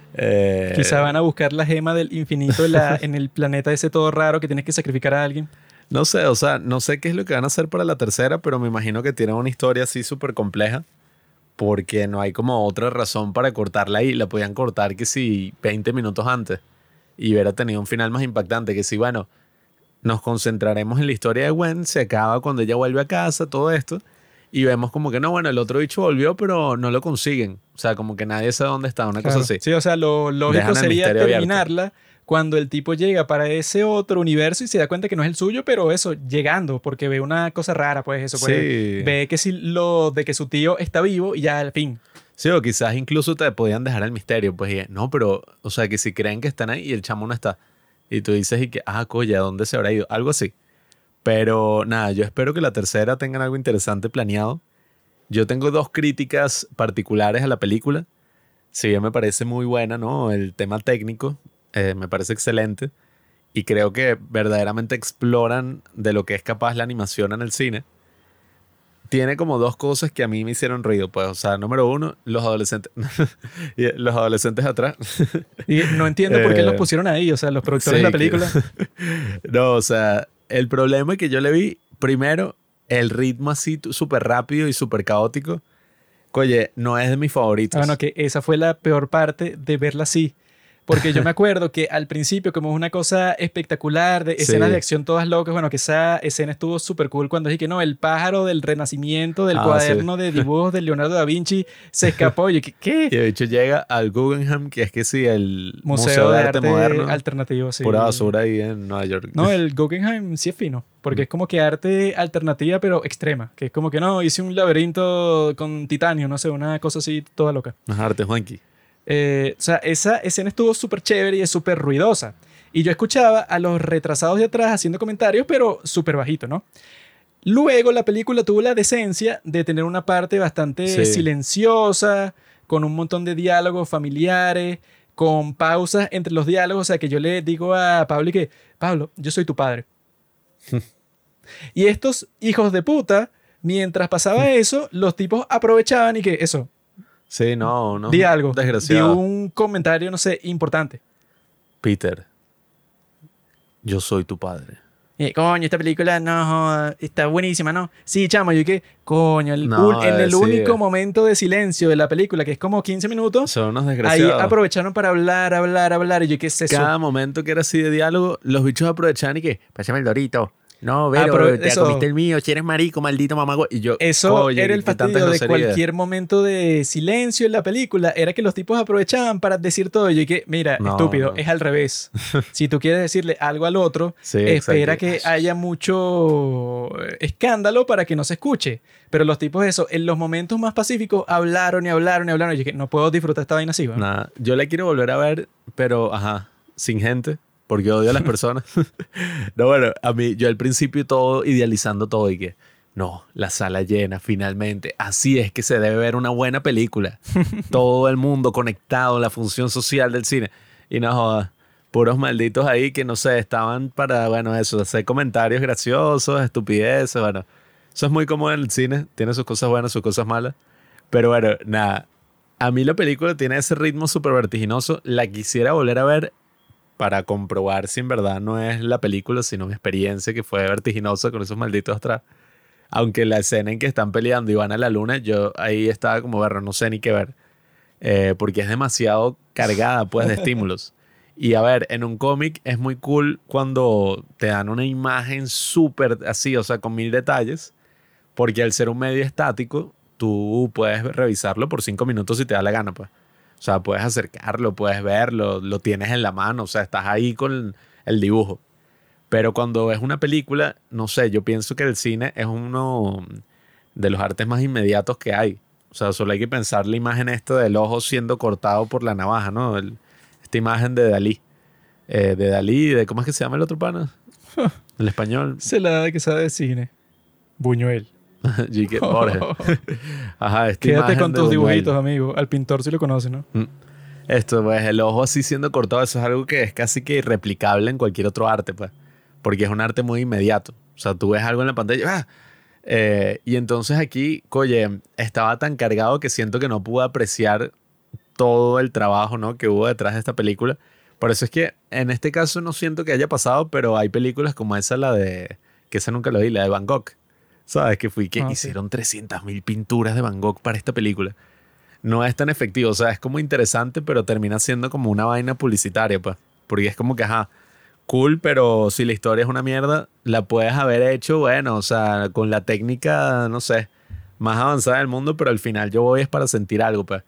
Eh, Quizá van a buscar la gema del infinito en, la- en el planeta ese todo raro que tienes que sacrificar a alguien. No sé, o sea, no sé qué es lo que van a hacer para la tercera, pero me imagino que tienen una historia así súper compleja porque no hay como otra razón para cortarla ahí. La podían cortar que si veinte minutos antes y hubiera tenido un final más impactante. Que si, bueno, nos concentraremos en la historia de Gwen, se acaba cuando ella vuelve a casa, todo esto, y vemos como que no, bueno, el otro bicho volvió, pero no lo consiguen. O sea, como que nadie sabe dónde está, una Claro. cosa así. Sí, o sea, lo lógico Dejan el sería misterio abierto. terminarla cuando el tipo llega para ese otro universo y se da cuenta que no es el suyo, pero eso, llegando, porque ve una cosa rara, pues eso, pues, Sí. ve que si lo de que su tío está vivo y ya al fin. Sí, o quizás incluso te podían dejar el misterio, pues, y, no, pero, o sea, que si creen que están ahí y el chamo no está, y tú dices, y que, ah, coña, ¿dónde se habrá ido? Algo así. Pero nada, yo espero que la tercera tengan algo interesante planeado. Yo tengo dos críticas particulares a la película. Si bien me parece muy buena, ¿no? El tema técnico eh, me parece excelente. y creo que verdaderamente exploran de lo que es capaz la animación en el cine, tiene como dos cosas que a mí me hicieron ruido. Pues, o sea, número uno, los adolescentes, y los adolescentes atrás. Y no entiendo por qué Eh, los pusieron ahí, o sea, los productores Sí, de la que- película. No, o sea, el problema que yo le vi, primero, el ritmo así tu- súper rápido y súper caótico. Oye, no es de mis favoritos. Ah, bueno, que esa fue la peor parte de verla así. Porque yo me acuerdo que al principio, como es una cosa espectacular, de escenas Sí. de acción todas locas, bueno, que esa escena estuvo súper cool cuando dije que no, el pájaro del Renacimiento, del Ah, cuaderno de dibujos de Leonardo da Vinci, se escapó. Y yo, ¿qué? Y ¿Qué? de hecho llega al Guggenheim, que es que sí, el Museo, de Arte, Alternativo, sí. Pura basura ahí en Nueva York. No, el Guggenheim sí es fino, porque es como que arte alternativa, pero extrema. Que es como que no, hice un laberinto con titanio, no sé, una cosa así toda loca. No es arte, Juanqui. Eh, o sea, esa escena estuvo súper chévere y es súper ruidosa. Y yo escuchaba a los retrasados de atrás haciendo comentarios, pero súper bajito, ¿no? Luego la película tuvo la decencia de tener una parte bastante Sí. silenciosa, con un montón de diálogos familiares, con pausas entre los diálogos. O sea, que yo le digo a Pablo y que, Pablo, yo soy tu padre. Y estos hijos de puta, mientras pasaba eso, los tipos aprovechaban y que, eso, Sí, no, no. di algo, di Desgraciado. un comentario, no sé, importante. Peter, yo soy tu padre. Y, coño, esta película no joda, está buenísima, ¿no? Sí, chamo, yo que, coño, el No, un- en el sí. único momento de silencio de la película, que es como quince minutos, Son unos ahí desgraciados. aprovecharon para hablar, hablar, hablar. Y yo, ¿qué es eso? Cada momento que era así de diálogo, los bichos aprovechaban y que, pásame el dorito. No, Vero, Ah, pero te eso- comiste el mío, si eres marico, maldito mamagüey. Y yo, Eso oye, era el qué tanta fastidio de grosería. cualquier momento de silencio en la película. Era que los tipos aprovechaban para decir todo. Y yo que, mira, No, estúpido, no. es al revés. Si tú quieres decirle algo al otro, Sí, espera exacto. que haya mucho eh, escándalo para que no se escuche. Pero los tipos, eso, en los momentos más pacíficos, hablaron y hablaron y hablaron. Y yo que no puedo disfrutar esta vaina así, ¿no? Nada, yo la quiero volver a ver, pero, ajá, sin gente, porque odio a las personas. No, bueno, a mí, yo al principio todo idealizando todo y que, no, la sala llena, finalmente. Así es que se debe ver una buena película. Todo el mundo conectado, la función social del cine. Y no jodas, puros malditos ahí que, no sé, estaban para, bueno, eso, hacer comentarios graciosos, estupideces, bueno. Eso es muy común en el cine, tiene sus cosas buenas, sus cosas malas. Pero bueno, nada, a mí la película tiene ese ritmo súper vertiginoso. La quisiera volver a ver para comprobar si en verdad no es la película, sino mi experiencia que fue vertiginosa con esos malditos atrás. Aunque la escena en que están peleando y van a la luna, yo ahí estaba como, ver, no sé ni qué ver. Eh, porque es demasiado cargada, pues, de estímulos. Y a ver, en un cómic es muy cool cuando te dan una imagen súper así, o sea, con mil detalles. Porque al ser un medio estático, tú puedes revisarlo por cinco minutos si te da la gana, pues. O sea, puedes acercarlo, puedes verlo, lo tienes en la mano, o sea, estás ahí con el dibujo. Pero cuando ves una película, no sé, yo pienso que el cine es uno de los artes más inmediatos que hay. O sea, solo hay que pensar la imagen esta del ojo siendo cortado por la navaja, ¿no? El- esta imagen de Dalí. Eh, de Dalí, de ¿cómo es que se llama el otro pana? El español. Se la da que sabe de cine. Buñuel. G K Borges. Ajá, esta Quédate imagen con de tus Buñuel. dibujitos, amigo. Al pintor sí lo conoce, ¿no? Mm. Esto, pues, el ojo así siendo cortado, eso es algo que es casi que irreplicable en cualquier otro arte, pues. Porque es un arte muy inmediato. O sea, tú ves algo en la pantalla, ¡ah! Eh, y entonces aquí, oye, estaba tan cargado que siento que no pude apreciar todo el trabajo, ¿no?, que hubo detrás de esta película. Por eso es que en este caso no siento que haya pasado, pero hay películas como esa, la de, que esa nunca lo vi, la de Van Gogh. ¿Sabes? Que fui que Ah, sí. hicieron trescientas mil pinturas de Van Gogh para esta película. No es tan efectivo, o sea, es como interesante, pero termina siendo como una vaina publicitaria, pues. Porque es como que, ajá, cool, pero si la historia es una mierda, la puedes haber hecho, bueno, o sea, con la técnica, no sé, más avanzada del mundo, pero al final yo voy es para sentir algo, pues.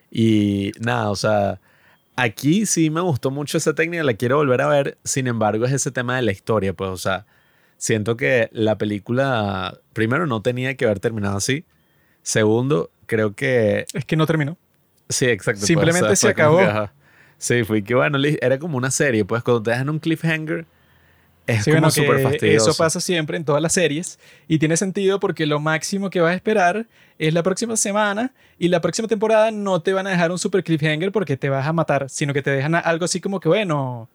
Y nada, o sea, aquí sí me gustó mucho esa técnica, la quiero volver a ver, sin embargo es ese tema de la historia, pues, o sea, siento que la película, primero, no tenía que haber terminado así. Segundo, creo que Es que no terminó. sí, exacto. pues, Simplemente o sea, se fue como acabó. que, ajá. Sí, fue que bueno, li- era como una serie, pues cuando te dejan un cliffhanger es Sí, como bueno, súper que fastidioso. eso pasa siempre en todas las series y tiene sentido porque lo máximo que vas a esperar es la próxima semana y la próxima temporada no te van a dejar un super cliffhanger porque te vas a matar, sino que te dejan a- algo así como que, bueno,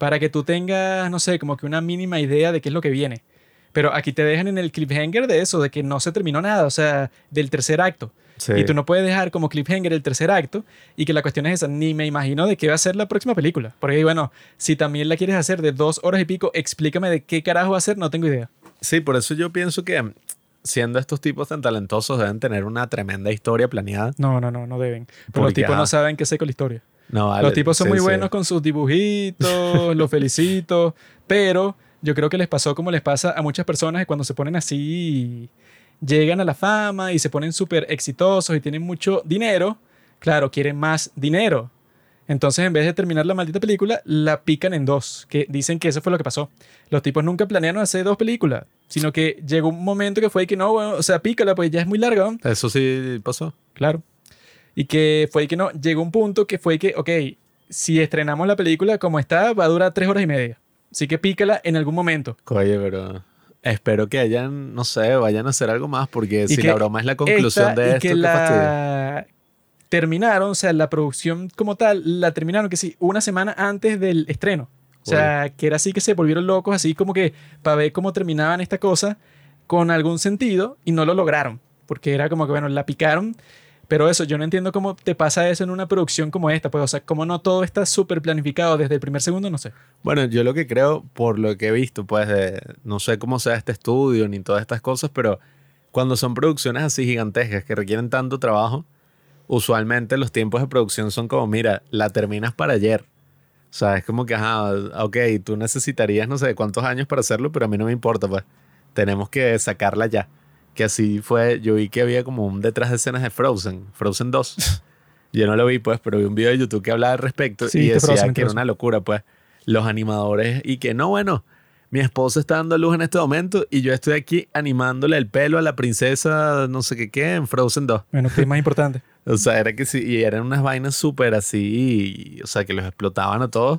para que tú tengas, no sé, como que una mínima idea de qué es lo que viene. Pero aquí te dejan en el cliffhanger de eso, de que no se terminó nada, o sea, del tercer acto. Sí. Y tú no puedes dejar como cliffhanger el tercer acto y que la cuestión es esa. Ni me imagino de qué va a ser la próxima película. Porque, bueno, si también la quieres hacer de dos horas y pico, explícame de qué carajo va a ser, no tengo idea. Sí, por eso yo pienso que siendo estos tipos tan talentosos deben tener una tremenda historia planeada. No, no, no, no deben. Pero Porque, los tipos ajá. no saben qué hacer con la historia. No, vale, Los tipos son sí, muy sí. buenos con sus dibujitos, los felicito, pero yo creo que les pasó como les pasa a muchas personas que cuando se ponen así, llegan a la fama y se ponen súper exitosos y tienen mucho dinero, claro, quieren más dinero. Entonces, en vez de terminar la maldita película, la pican en dos, que dicen que eso fue lo que pasó. Los tipos nunca planearon hacer dos películas, sino que llegó un momento que fue que no, bueno, o sea, pícala, pues ya es muy larga, ¿no? Eso sí pasó. Claro. Y que fue que no, llegó un punto que fue que, ok, si estrenamos la película como está, va a durar tres horas y media. Así que pícala en algún momento. Oye, pero espero que hayan, no sé, vayan a hacer algo más, porque Y si que la broma es la conclusión esta- de y esto, que qué fastidio. la terminaron, o sea, la producción como tal, la terminaron, que sí, una semana antes del estreno. O sea, que era así que se volvieron locos, así como que para ver cómo terminaban esta cosa con algún sentido y no lo lograron. Porque era como que, bueno, la picaron. Pero eso, yo no entiendo cómo te pasa eso en una producción como esta. Pues, o sea, cómo no todo está súper planificado desde el primer segundo, no sé. Bueno, yo lo que creo, por lo que he visto, pues, de, no sé cómo sea este estudio ni todas estas cosas, pero cuando son producciones así gigantescas que requieren tanto trabajo, usualmente los tiempos de producción son como, mira, la terminas para ayer. O sea, es como que, ajá, ok, tú necesitarías no sé cuántos años para hacerlo, pero a mí no me importa, pues. Tenemos que sacarla ya. Que así fue, yo vi que había como un detrás de escenas de Frozen, Frozen dos. Yo no lo vi, pues, pero vi un video de YouTube que hablaba al respecto Sí, y de decía Frozen, que era Frozen. una locura, pues. Los animadores y que, no, bueno, mi esposa está dando a luz en este momento y yo estoy aquí animándole el pelo a la princesa no sé qué qué en Frozen dos. Bueno, que es más importante. O sea, era que sí, y eran unas vainas súper así, y, o sea, que los explotaban a todos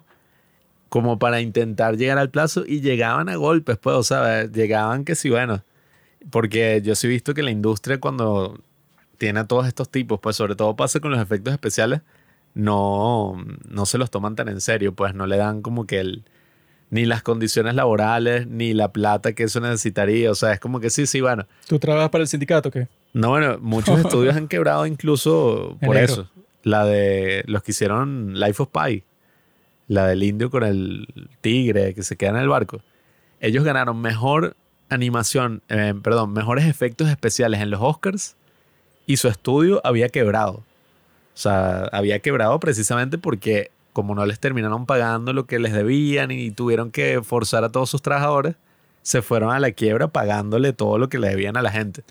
como para intentar llegar al plazo y llegaban a golpes, pues, o sea, llegaban que sí, bueno, porque yo sí he visto que la industria cuando tiene a todos estos tipos, pues sobre todo pasa con los efectos especiales, no, no se los toman tan en serio, pues no le dan como que el, ni las condiciones laborales, ni la plata que eso necesitaría, o sea, es como que sí, sí, bueno. ¿Tú trabajas para el sindicato o qué? No, bueno, muchos estudios han quebrado incluso por El eso. La de los que hicieron Life of Pi, la del indio con el tigre que se queda en el barco. Ellos ganaron mejor animación, eh, perdón, mejores efectos especiales en los Oscars y su estudio había quebrado. O sea, había quebrado precisamente porque como no les terminaron pagando lo que les debían y tuvieron que forzar a todos sus trabajadores, se fueron a la quiebra pagándole todo lo que le debían a la gente.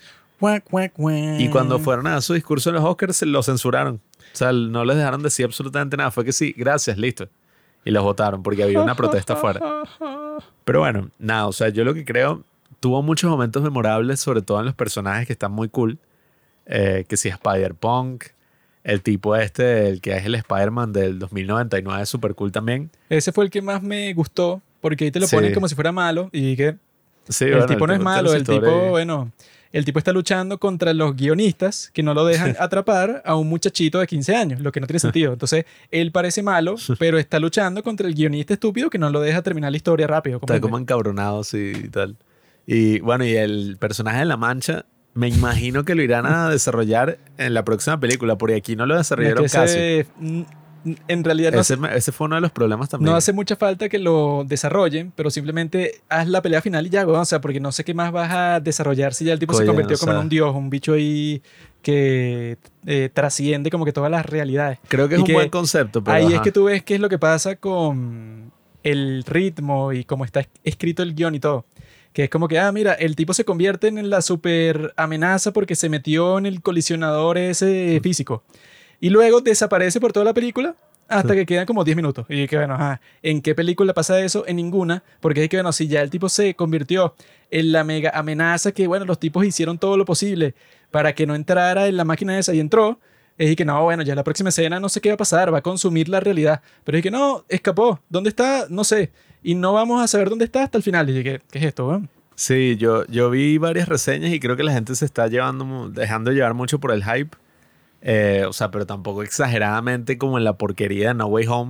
Y cuando fueron a dar su discurso en los Oscars, se lo censuraron. O sea, no les dejaron decir absolutamente nada. Fue que sí, gracias, listo. Y los votaron porque había una protesta afuera. Pero bueno, nada, o sea, yo lo que creo, tuvo muchos momentos memorables, sobre todo en los personajes que están muy cool. Eh, que si Spider-Punk, el tipo este, el que es el Spider-Man del dos mil noventa y nueve, súper cool también. Ese fue el que más me gustó, porque ahí te lo Sí. ponen como si fuera malo y que Sí, el bueno, tipo no es tiene malo, su el historia tipo, y- bueno, el tipo está luchando contra los guionistas que no lo dejan atrapar a un muchachito de quince años, lo que no tiene sentido. Entonces, él parece malo, pero está luchando contra el guionista estúpido que no lo deja terminar la historia rápido. Está ¿comprende? como encabronado, sí, y tal. Y bueno, y el personaje de La Mancha, me imagino que lo irán a desarrollar en la próxima película, porque aquí no lo Es desarrollaron que casi. ese, mm, en realidad no, Ese, me- ese fue uno de los problemas también. no hace mucha falta que lo desarrollen, pero simplemente haz la pelea final y ya, weón. O sea, porque no sé qué más vas a desarrollar si ya el tipo se Coño, convirtió o como en sea. un dios, un bicho ahí que eh, trasciende como que todas las realidades. Creo que es y un que buen concepto, pero Ahí es ajá. que tú ves qué es lo que pasa con el ritmo y cómo está escrito el guión y todo. Que es como que, ah, mira, el tipo se convierte en la super amenaza porque se metió en el colisionador ese físico. Y luego desaparece por toda la película hasta que quedan como diez minutos. Y que, bueno, ajá, ¿en qué película pasa eso? En ninguna. Porque es que, bueno, si ya el tipo se convirtió en la mega amenaza que, bueno, los tipos hicieron todo lo posible para que no entrara en la máquina esa y entró, es que no, bueno, ya la próxima escena no sé qué va a pasar, va a consumir la realidad. Pero es que no, escapó. ¿Dónde está? No sé. Y no vamos a saber dónde está hasta el final. Y dije, ¿qué es esto, weón? Sí, yo, yo vi varias reseñas y creo que la gente se está llevando, mu- dejando llevar mucho por el hype. Eh, o sea, pero tampoco exageradamente como en la porquería de No Way Home.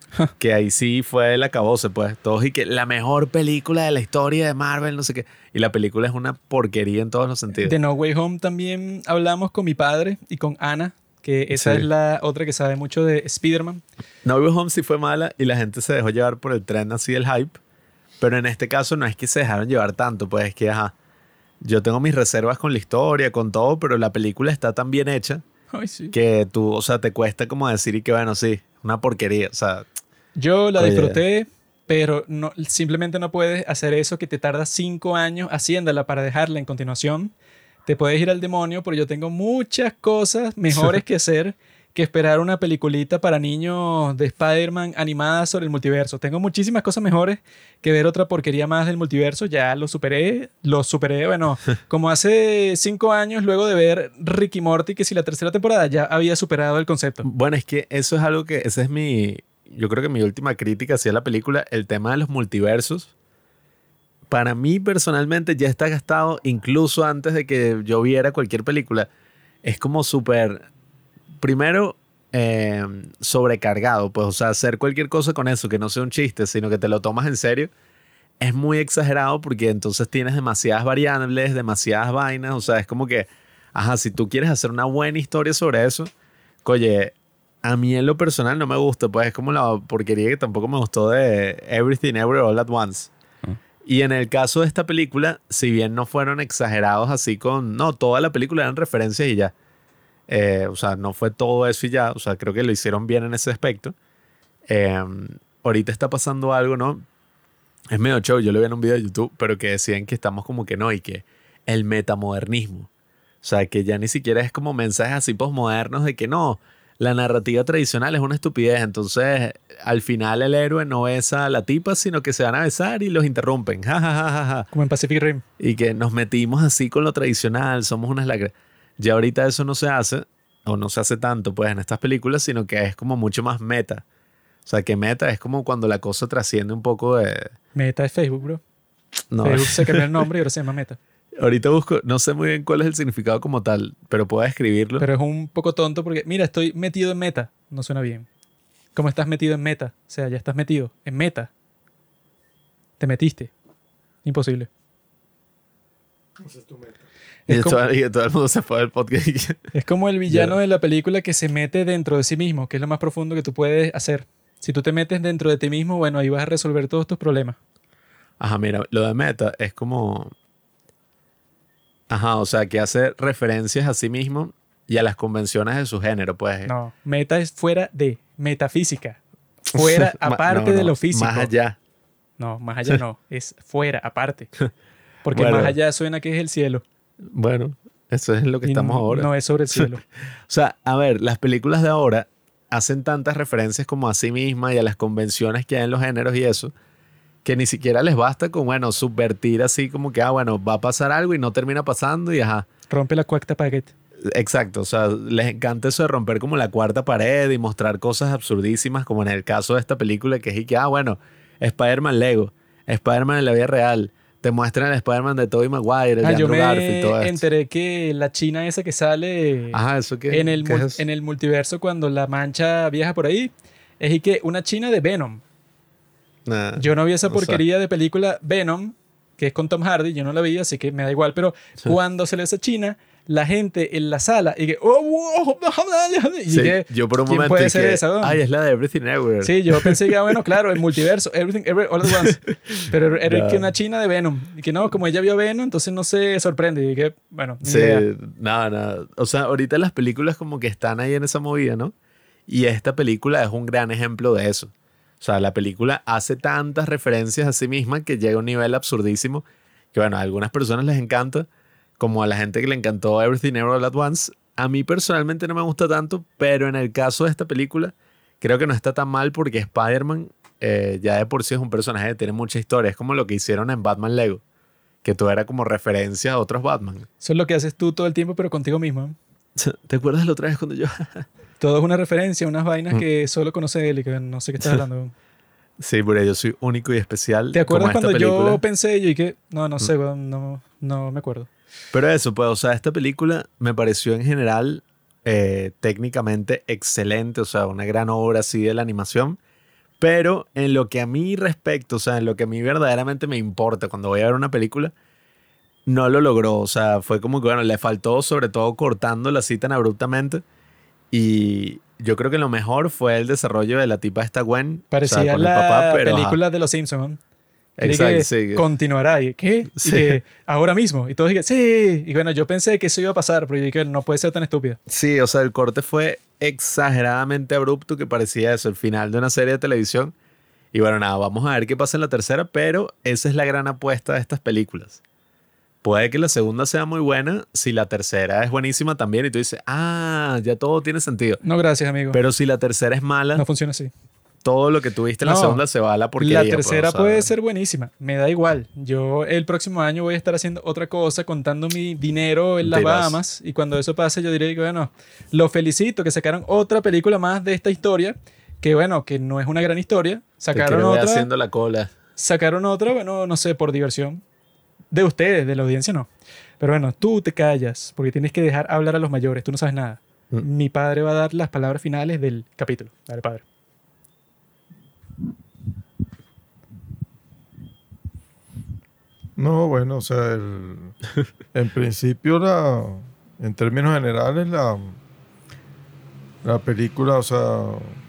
que ahí sí fue el acabose, pues. Todos y que la mejor película de la historia de Marvel, no sé qué. Y la película es una porquería en todos los sentidos. De No Way Home también hablamos con mi padre y con Ana, que esa Sí. es la otra que sabe mucho de Spider-Man. No Way Home sí fue mala y la gente se dejó llevar por el tren así del hype. Pero en este caso no es que se dejaron llevar tanto, pues es que, ajá, yo tengo mis reservas con la historia, con todo, pero la película está tan bien hecha Ay, sí. que tú, o sea, te cuesta como decir y que, bueno, sí, una porquería, o sea, Yo la Oye. disfruté, pero no, simplemente no puedes hacer eso que te tarda cinco años haciéndola para dejarla en continuación. Te puedes ir al demonio, porque yo tengo muchas cosas mejores que hacer que esperar una peliculita para niños de Spider-Man animada sobre el multiverso. Tengo muchísimas cosas mejores que ver otra porquería más del multiverso. Ya lo superé, lo superé, bueno, como hace cinco años luego de ver Ricky Morty, que si la tercera temporada ya había superado el concepto. bueno, es que eso es algo que, esa es mi, yo creo que mi última crítica hacia la película, el tema de los multiversos. Para mí personalmente ya está gastado incluso antes de que yo viera cualquier película. Es como súper, primero, eh, sobrecargado, pues, o sea, hacer cualquier cosa con eso que no sea un chiste, sino que te lo tomas en serio, es muy exagerado porque entonces tienes demasiadas variables, demasiadas vainas, o sea, es como que, ajá, si tú quieres hacer una buena historia sobre eso, oye, a mí en lo personal no me gusta, pues es como la porquería que tampoco me gustó de Everything Everywhere All at Once. Y en el caso de esta película, si bien no fueron exagerados así con, no, toda la película eran referencias y ya. Eh, o sea, no fue todo eso y ya. O sea, creo que lo hicieron bien en ese aspecto. Eh, ahorita está pasando algo, ¿no? Es medio show. Yo lo vi en un video de YouTube, pero que decían que estamos como que no y que el metamodernismo. O sea, que ya ni siquiera es como mensajes así posmodernos de que no, la narrativa tradicional es una estupidez. Entonces, al final el héroe no besa a la tipa, sino que se van a besar y los interrumpen. Ja, ja, ja, ja, ja. Como en Pacific Rim. Y que nos metimos así con lo tradicional, somos unas lacras. Ya ahorita eso no se hace, o no se hace tanto pues en estas películas, sino que es como mucho más meta. O sea, que meta es como cuando la cosa trasciende un poco de... Meta es Facebook, bro. No, Facebook se cambió el nombre y ahora se llama Meta. ahorita busco, no sé muy bien cuál es el significado como tal, pero puedo escribirlo. Pero es un poco tonto porque, mira, estoy metido en Meta. No suena bien. ¿Cómo estás metido en Meta? O sea, ya estás metido en Meta. Te metiste. Imposible. y, Es como, todo, y todo el mundo se fue del podcast. es como el villano Ya. de la película que se mete dentro de sí mismo, que es lo más profundo que tú puedes hacer. Si tú te metes dentro de ti mismo, bueno, ahí vas a resolver todos tus problemas. Ajá, mira, lo de meta es como... Ajá, o sea, que hace referencias a sí mismo y a las convenciones de su género, pues. No, meta es fuera de metafísica. Fuera, Ma- aparte no, de no, lo físico. Más allá. No, más allá no. Es fuera, aparte. Porque Bueno. más allá suena que es el cielo. Bueno, eso es lo que Y estamos n- ahora. No es sobre el cielo. O sea, a ver, las películas de ahora hacen tantas referencias como a sí mismas y a las convenciones que hay en los géneros y eso, que ni siquiera les basta con, bueno, subvertir así como que, ah, bueno, va a pasar algo y no termina pasando y ajá. Rompe la cuarta pared. Exacto, o sea, les encanta eso de romper como la cuarta pared y mostrar cosas absurdísimas, como en el caso de esta película, que es y que, ah, bueno, Spider-Man Lego, Spider-Man en la vida real, te muestran el Spider-Man de Tobey Maguire, el Ah, de yo Andrew Garfield, todo me esto. enteré que la china esa que sale Ajá, ¿eso qué, en, el qué mul- es eso? en el multiverso cuando la mancha viaja por ahí, es y que una china de Venom. Nah, Yo no vi esa o sea, porquería de película Venom, que es con Tom Hardy, yo no la vi, así que me da igual, pero cuando salió esa china, la gente en la sala, y que, oh, wow, y sí, que, yo por un ¿quién momento puede dije, ser esa, weón? ay, es la de Everything Everywhere. Sí, yo pensé que, ah, bueno, claro, el multiverso, everything, every, all at once. Pero era Ya. que una china de Venom. Y que no, como ella vio Venom, entonces no se sorprende. Y que, bueno, ni Sí, idea. nada, nada. O sea, ahorita las películas como que están ahí en esa movida, ¿no? Y esta película es un gran ejemplo de eso. O sea, la película hace tantas referencias a sí misma que llega a un nivel absurdísimo que, bueno, a algunas personas les encanta, como a la gente que le encantó Everything Everywhere All at Once. A mí personalmente no me gusta tanto, pero en el caso de esta película creo que no está tan mal porque Spider-Man eh, ya de por sí es un personaje que tiene mucha historia. Es como lo que hicieron en Batman Lego, que todo era como referencia a otros Batman. Eso es lo que haces tú todo el tiempo, pero contigo mismo. ¿Te acuerdas la otra vez cuando yo... Todo es una referencia, unas vainas Mm. que solo conoce él y que no sé qué estás hablando. Sí, pero yo soy único y especial. ¿Te acuerdas como esta cuando película. yo pensé y que no, no sé, weón, no, no me acuerdo? Pero eso, pues, o sea, esta película me pareció en general eh, técnicamente excelente, o sea, una gran obra así de la animación, Pero en lo que a mí respecta, o sea, en lo que a mí verdaderamente me importa cuando voy a ver una película, no lo logró. O sea, fue como que, bueno, le faltó sobre todo cortando la cita tan abruptamente. Y yo creo que lo mejor fue el desarrollo de la tipa esta Gwen. Parecía o sea, con la el papá, pero, película ajá. de los Simpsons. Exacto, que sí. continuará. ¿Y qué? Sí. Y que ahora mismo. Y todos dijeron, sí. Y bueno, yo pensé que eso iba a pasar, pero yo dije, no puede ser tan estúpida. Sí, o sea, el corte fue exageradamente abrupto que parecía eso, el final de una serie de televisión. Y bueno, nada, vamos a ver qué pasa en la tercera, pero esa es la gran apuesta de estas películas. Puede que la segunda sea muy buena si la tercera es buenísima también y tú dices, ah, ya todo tiene sentido. No, gracias, amigo. Pero si la tercera es mala, no funciona así. todo lo que tuviste en la No, segunda se va a la porquería. La tercera pues, o sea, puede ser buenísima. Me da igual. Yo el próximo año voy a estar haciendo otra cosa, contando mi dinero en las Mentiras. Bahamas. Y cuando eso pase, yo diré que, bueno, lo felicito que sacaron otra película más de esta historia. Que, bueno, que no es una gran historia. te Sacaron quiero ver otra. haciendo la cola. Sacaron otra, bueno, no sé, por diversión. De ustedes, de la audiencia, no. Pero bueno, tú te callas porque tienes que dejar hablar a los mayores. Tú no sabes nada. Mm. Mi padre va a dar las palabras finales del capítulo. Dale, padre. No, bueno, o sea, el- en principio, la, en términos generales, la, la película, o sea,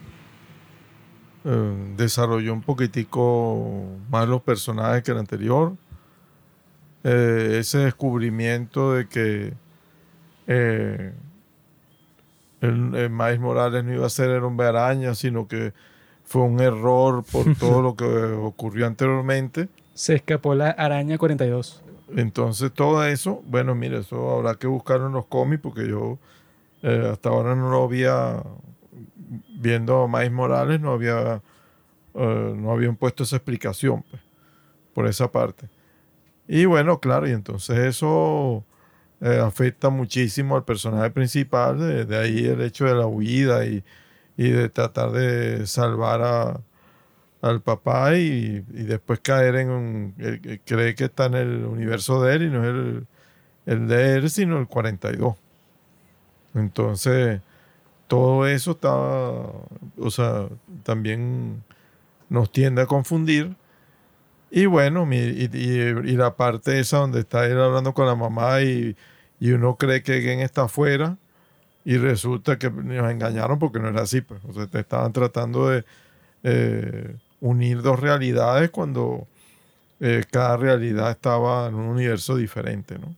eh, desarrolló un poquitico más los personajes que el anterior. Eh, ese descubrimiento de que eh, el, el Miles Morales no iba a ser el Hombre Araña, sino que fue un error por todo lo que ocurrió anteriormente. Se escapó la araña cuarenta y dos. Entonces todo eso, bueno, mire, eso habrá que buscarlo en los cómics porque yo eh, hasta ahora no lo había, viendo a Miles Morales, no había, eh, no habían puesto esa explicación, pues, por esa parte. Y bueno, claro, y entonces eso eh, afecta muchísimo al personaje principal, de, de ahí el hecho de la huida y, y de tratar de salvar a al papá y, y después caer en un... él- él cree que está en el universo de él y no es el, el de él, sino el cuarenta y dos. Entonces, todo eso está... O sea, también nos tiende a confundir. Y bueno, mi- y, y- y la parte esa donde está él hablando con la mamá y, y uno cree que Gwen está afuera y resulta que nos engañaron porque no era así. Pues. O sea, te estaban tratando de... eh, unir dos realidades cuando eh, cada realidad estaba en un universo diferente, ¿no?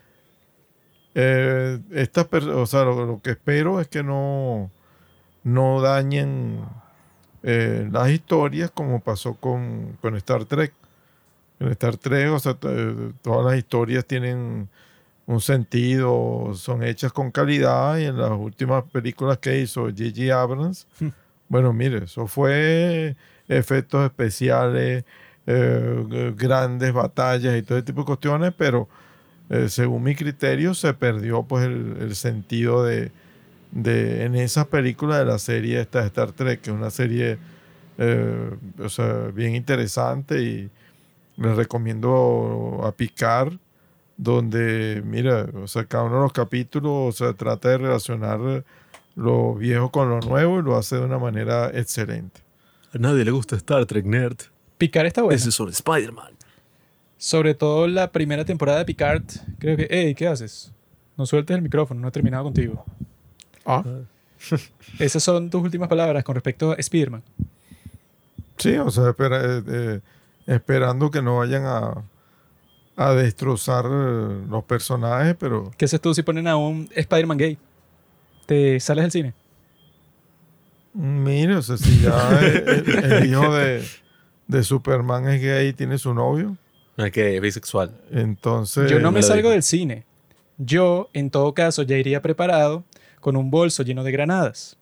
Eh, estas per- o sea, lo, lo que espero es que no, no dañen eh, las historias como pasó con, con Star Trek. En Star Trek, o sea, t- todas las historias tienen un sentido, son hechas con calidad y en las últimas películas que hizo J J Abrams, bueno, mire, eso fue efectos especiales, eh, grandes batallas y todo ese tipo de cuestiones, pero eh, según mi criterio se perdió pues el, el sentido de, de en esas películas de la serie esta de Star Trek, que es una serie eh, o sea, bien interesante y les recomiendo a Picard, donde, mira, o sea, cada uno de los capítulos o sea, trata de relacionar lo viejo con lo nuevo y lo hace de una manera excelente. A nadie le gusta Star Trek, nerd. Picard está bueno. Ese es un Spider-Man. Sobre todo la primera temporada de Picard. Creo que... Ey, ¿qué haces? No sueltes el micrófono, no he terminado contigo. Ah, Esas son tus últimas palabras con respecto a Spider-Man. sí, o sea, espera, eh, eh, esperando que no vayan a, a destrozar eh, los personajes, pero ¿Qué haces tú si ponen a un Spider-Man gay? ¿Te sales del cine? mire, o sea, si ya el, el- el hijo de, de Superman es gay y tiene su novio, Es que es bisexual. entonces... Yo no me me lo salgo dijo. del cine. Yo, en todo caso, ya iría preparado con un bolso lleno de granadas.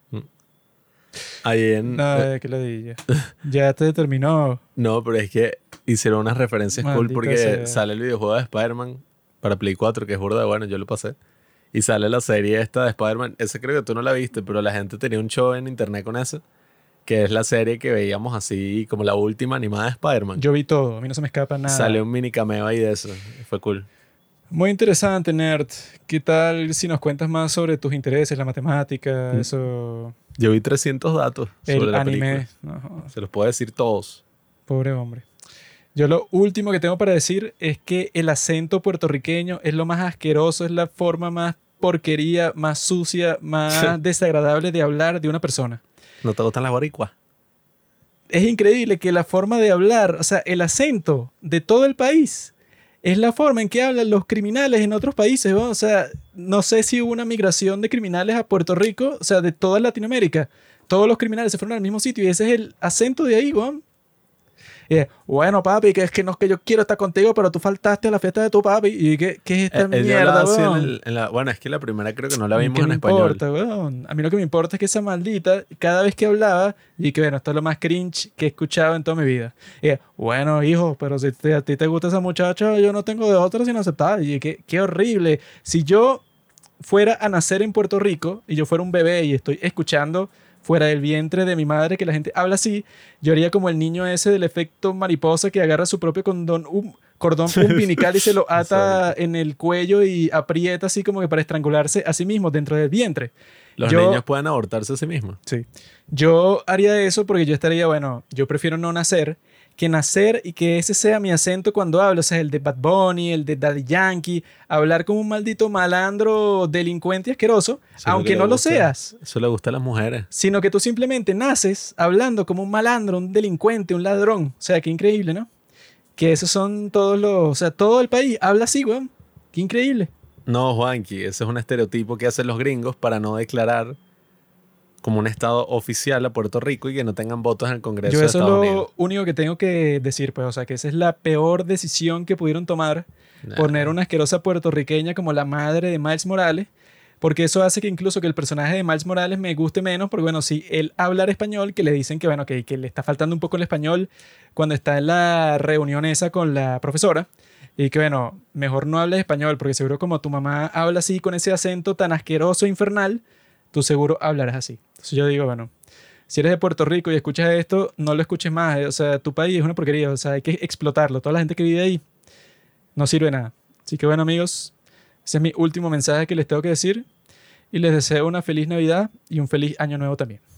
Ahí en... No, que lo dije. Ya te terminó. No, pero es que hicieron unas referencias cool Maldita porque sea. sale el videojuego de Spider-Man para Play cuatro, que es burda de bueno, yo lo pasé. Y sale la serie esta de Spider-Man. Esa creo que tú no la viste, pero la gente tenía un show en internet con eso, que es la serie que veíamos así como la última animada de Spider-Man. Yo vi todo. A mí no se me escapa nada. Sale un mini cameo ahí de eso. Fue cool. Muy interesante, Nerd. ¿Qué tal si nos cuentas más sobre tus intereses, la matemática, Mm. eso, Yo vi trescientos datos sobre el la anime? película. No, Se los puedo decir todos. pobre hombre. Yo lo último que tengo para decir es que el acento puertorriqueño es lo más asqueroso, es la forma más porquería, más sucia, más desagradable de hablar de una persona. ¿No te gustan las boricuas? Es increíble que la forma de hablar, o sea, el acento de todo el país es la forma en que hablan los criminales en otros países, ¿no? O sea, no sé si hubo una migración de criminales a Puerto Rico, o sea, de toda Latinoamérica. Todos los criminales se fueron al mismo sitio y ese es el acento de ahí, weón. Y es, bueno, papi, que es que no es que yo quiero estar contigo, pero tú faltaste a la fiesta de tu papi. ¿Y qué, qué es esta Eh, él mierda, hablaba así en weón? el- en la- bueno, es que la primera creo que no la vimos ¿Qué en me español. importa, weón? A mí lo que me importa es que esa maldita, cada vez que hablaba, y que bueno, esto es lo más cringe que he escuchado en toda mi vida. Y es, bueno, hijo, pero si te- a ti te gusta esa muchacha, yo no tengo de otra sino aceptar. Y qué, qué horrible. Si yo fuera a nacer en Puerto Rico y yo fuera un bebé y estoy escuchando fuera del vientre de mi madre que la gente habla así, yo haría como el niño ese del efecto mariposa que agarra su propio condón, um, cordón umbilical y se lo ata en el cuello y aprieta así como que para estrangularse a sí mismo dentro del vientre. Los Yo- niños pueden abortarse a sí mismos. Sí. Yo haría eso porque yo estaría, bueno, yo prefiero no nacer que nacer y que ese sea mi acento cuando hablo, o sea, el de Bad Bunny, el de Daddy Yankee, hablar como un maldito malandro, delincuente y asqueroso, Eso es aunque que le no lo gusta. seas, Eso le gusta a las mujeres. sino que tú simplemente naces hablando como un malandro, un delincuente, un ladrón. O sea, qué increíble, ¿no? Que esos son todos los, o sea, todo el país habla así, weón. Qué increíble. No, Juanqui, ese es un estereotipo que hacen los gringos para no declarar como un estado oficial a Puerto Rico y que no tengan votos en el Congreso Yo de eso es Estados lo Unidos. único que tengo que decir, pues, o sea, que esa es la peor decisión que pudieron tomar, Nah. poner una asquerosa puertorriqueña como la madre de Miles Morales, porque eso hace que incluso que el personaje de Miles Morales me guste menos, porque bueno, si él hablar español, que le dicen que bueno, que, que le está faltando un poco el español cuando está en la reunión esa con la profesora, y que bueno, mejor no hables español, porque seguro como tu mamá habla así con ese acento tan asqueroso e infernal, tú seguro hablarás así. Entonces yo digo, bueno, si eres de Puerto Rico y escuchas esto, no lo escuches más. eh, O sea, tu país es una porquería. O sea, hay que explotarlo. Toda la gente que vive ahí no sirve de nada. Así que bueno, amigos, ese es mi último mensaje que les tengo que decir. Y les deseo una feliz Navidad y un feliz Año Nuevo también.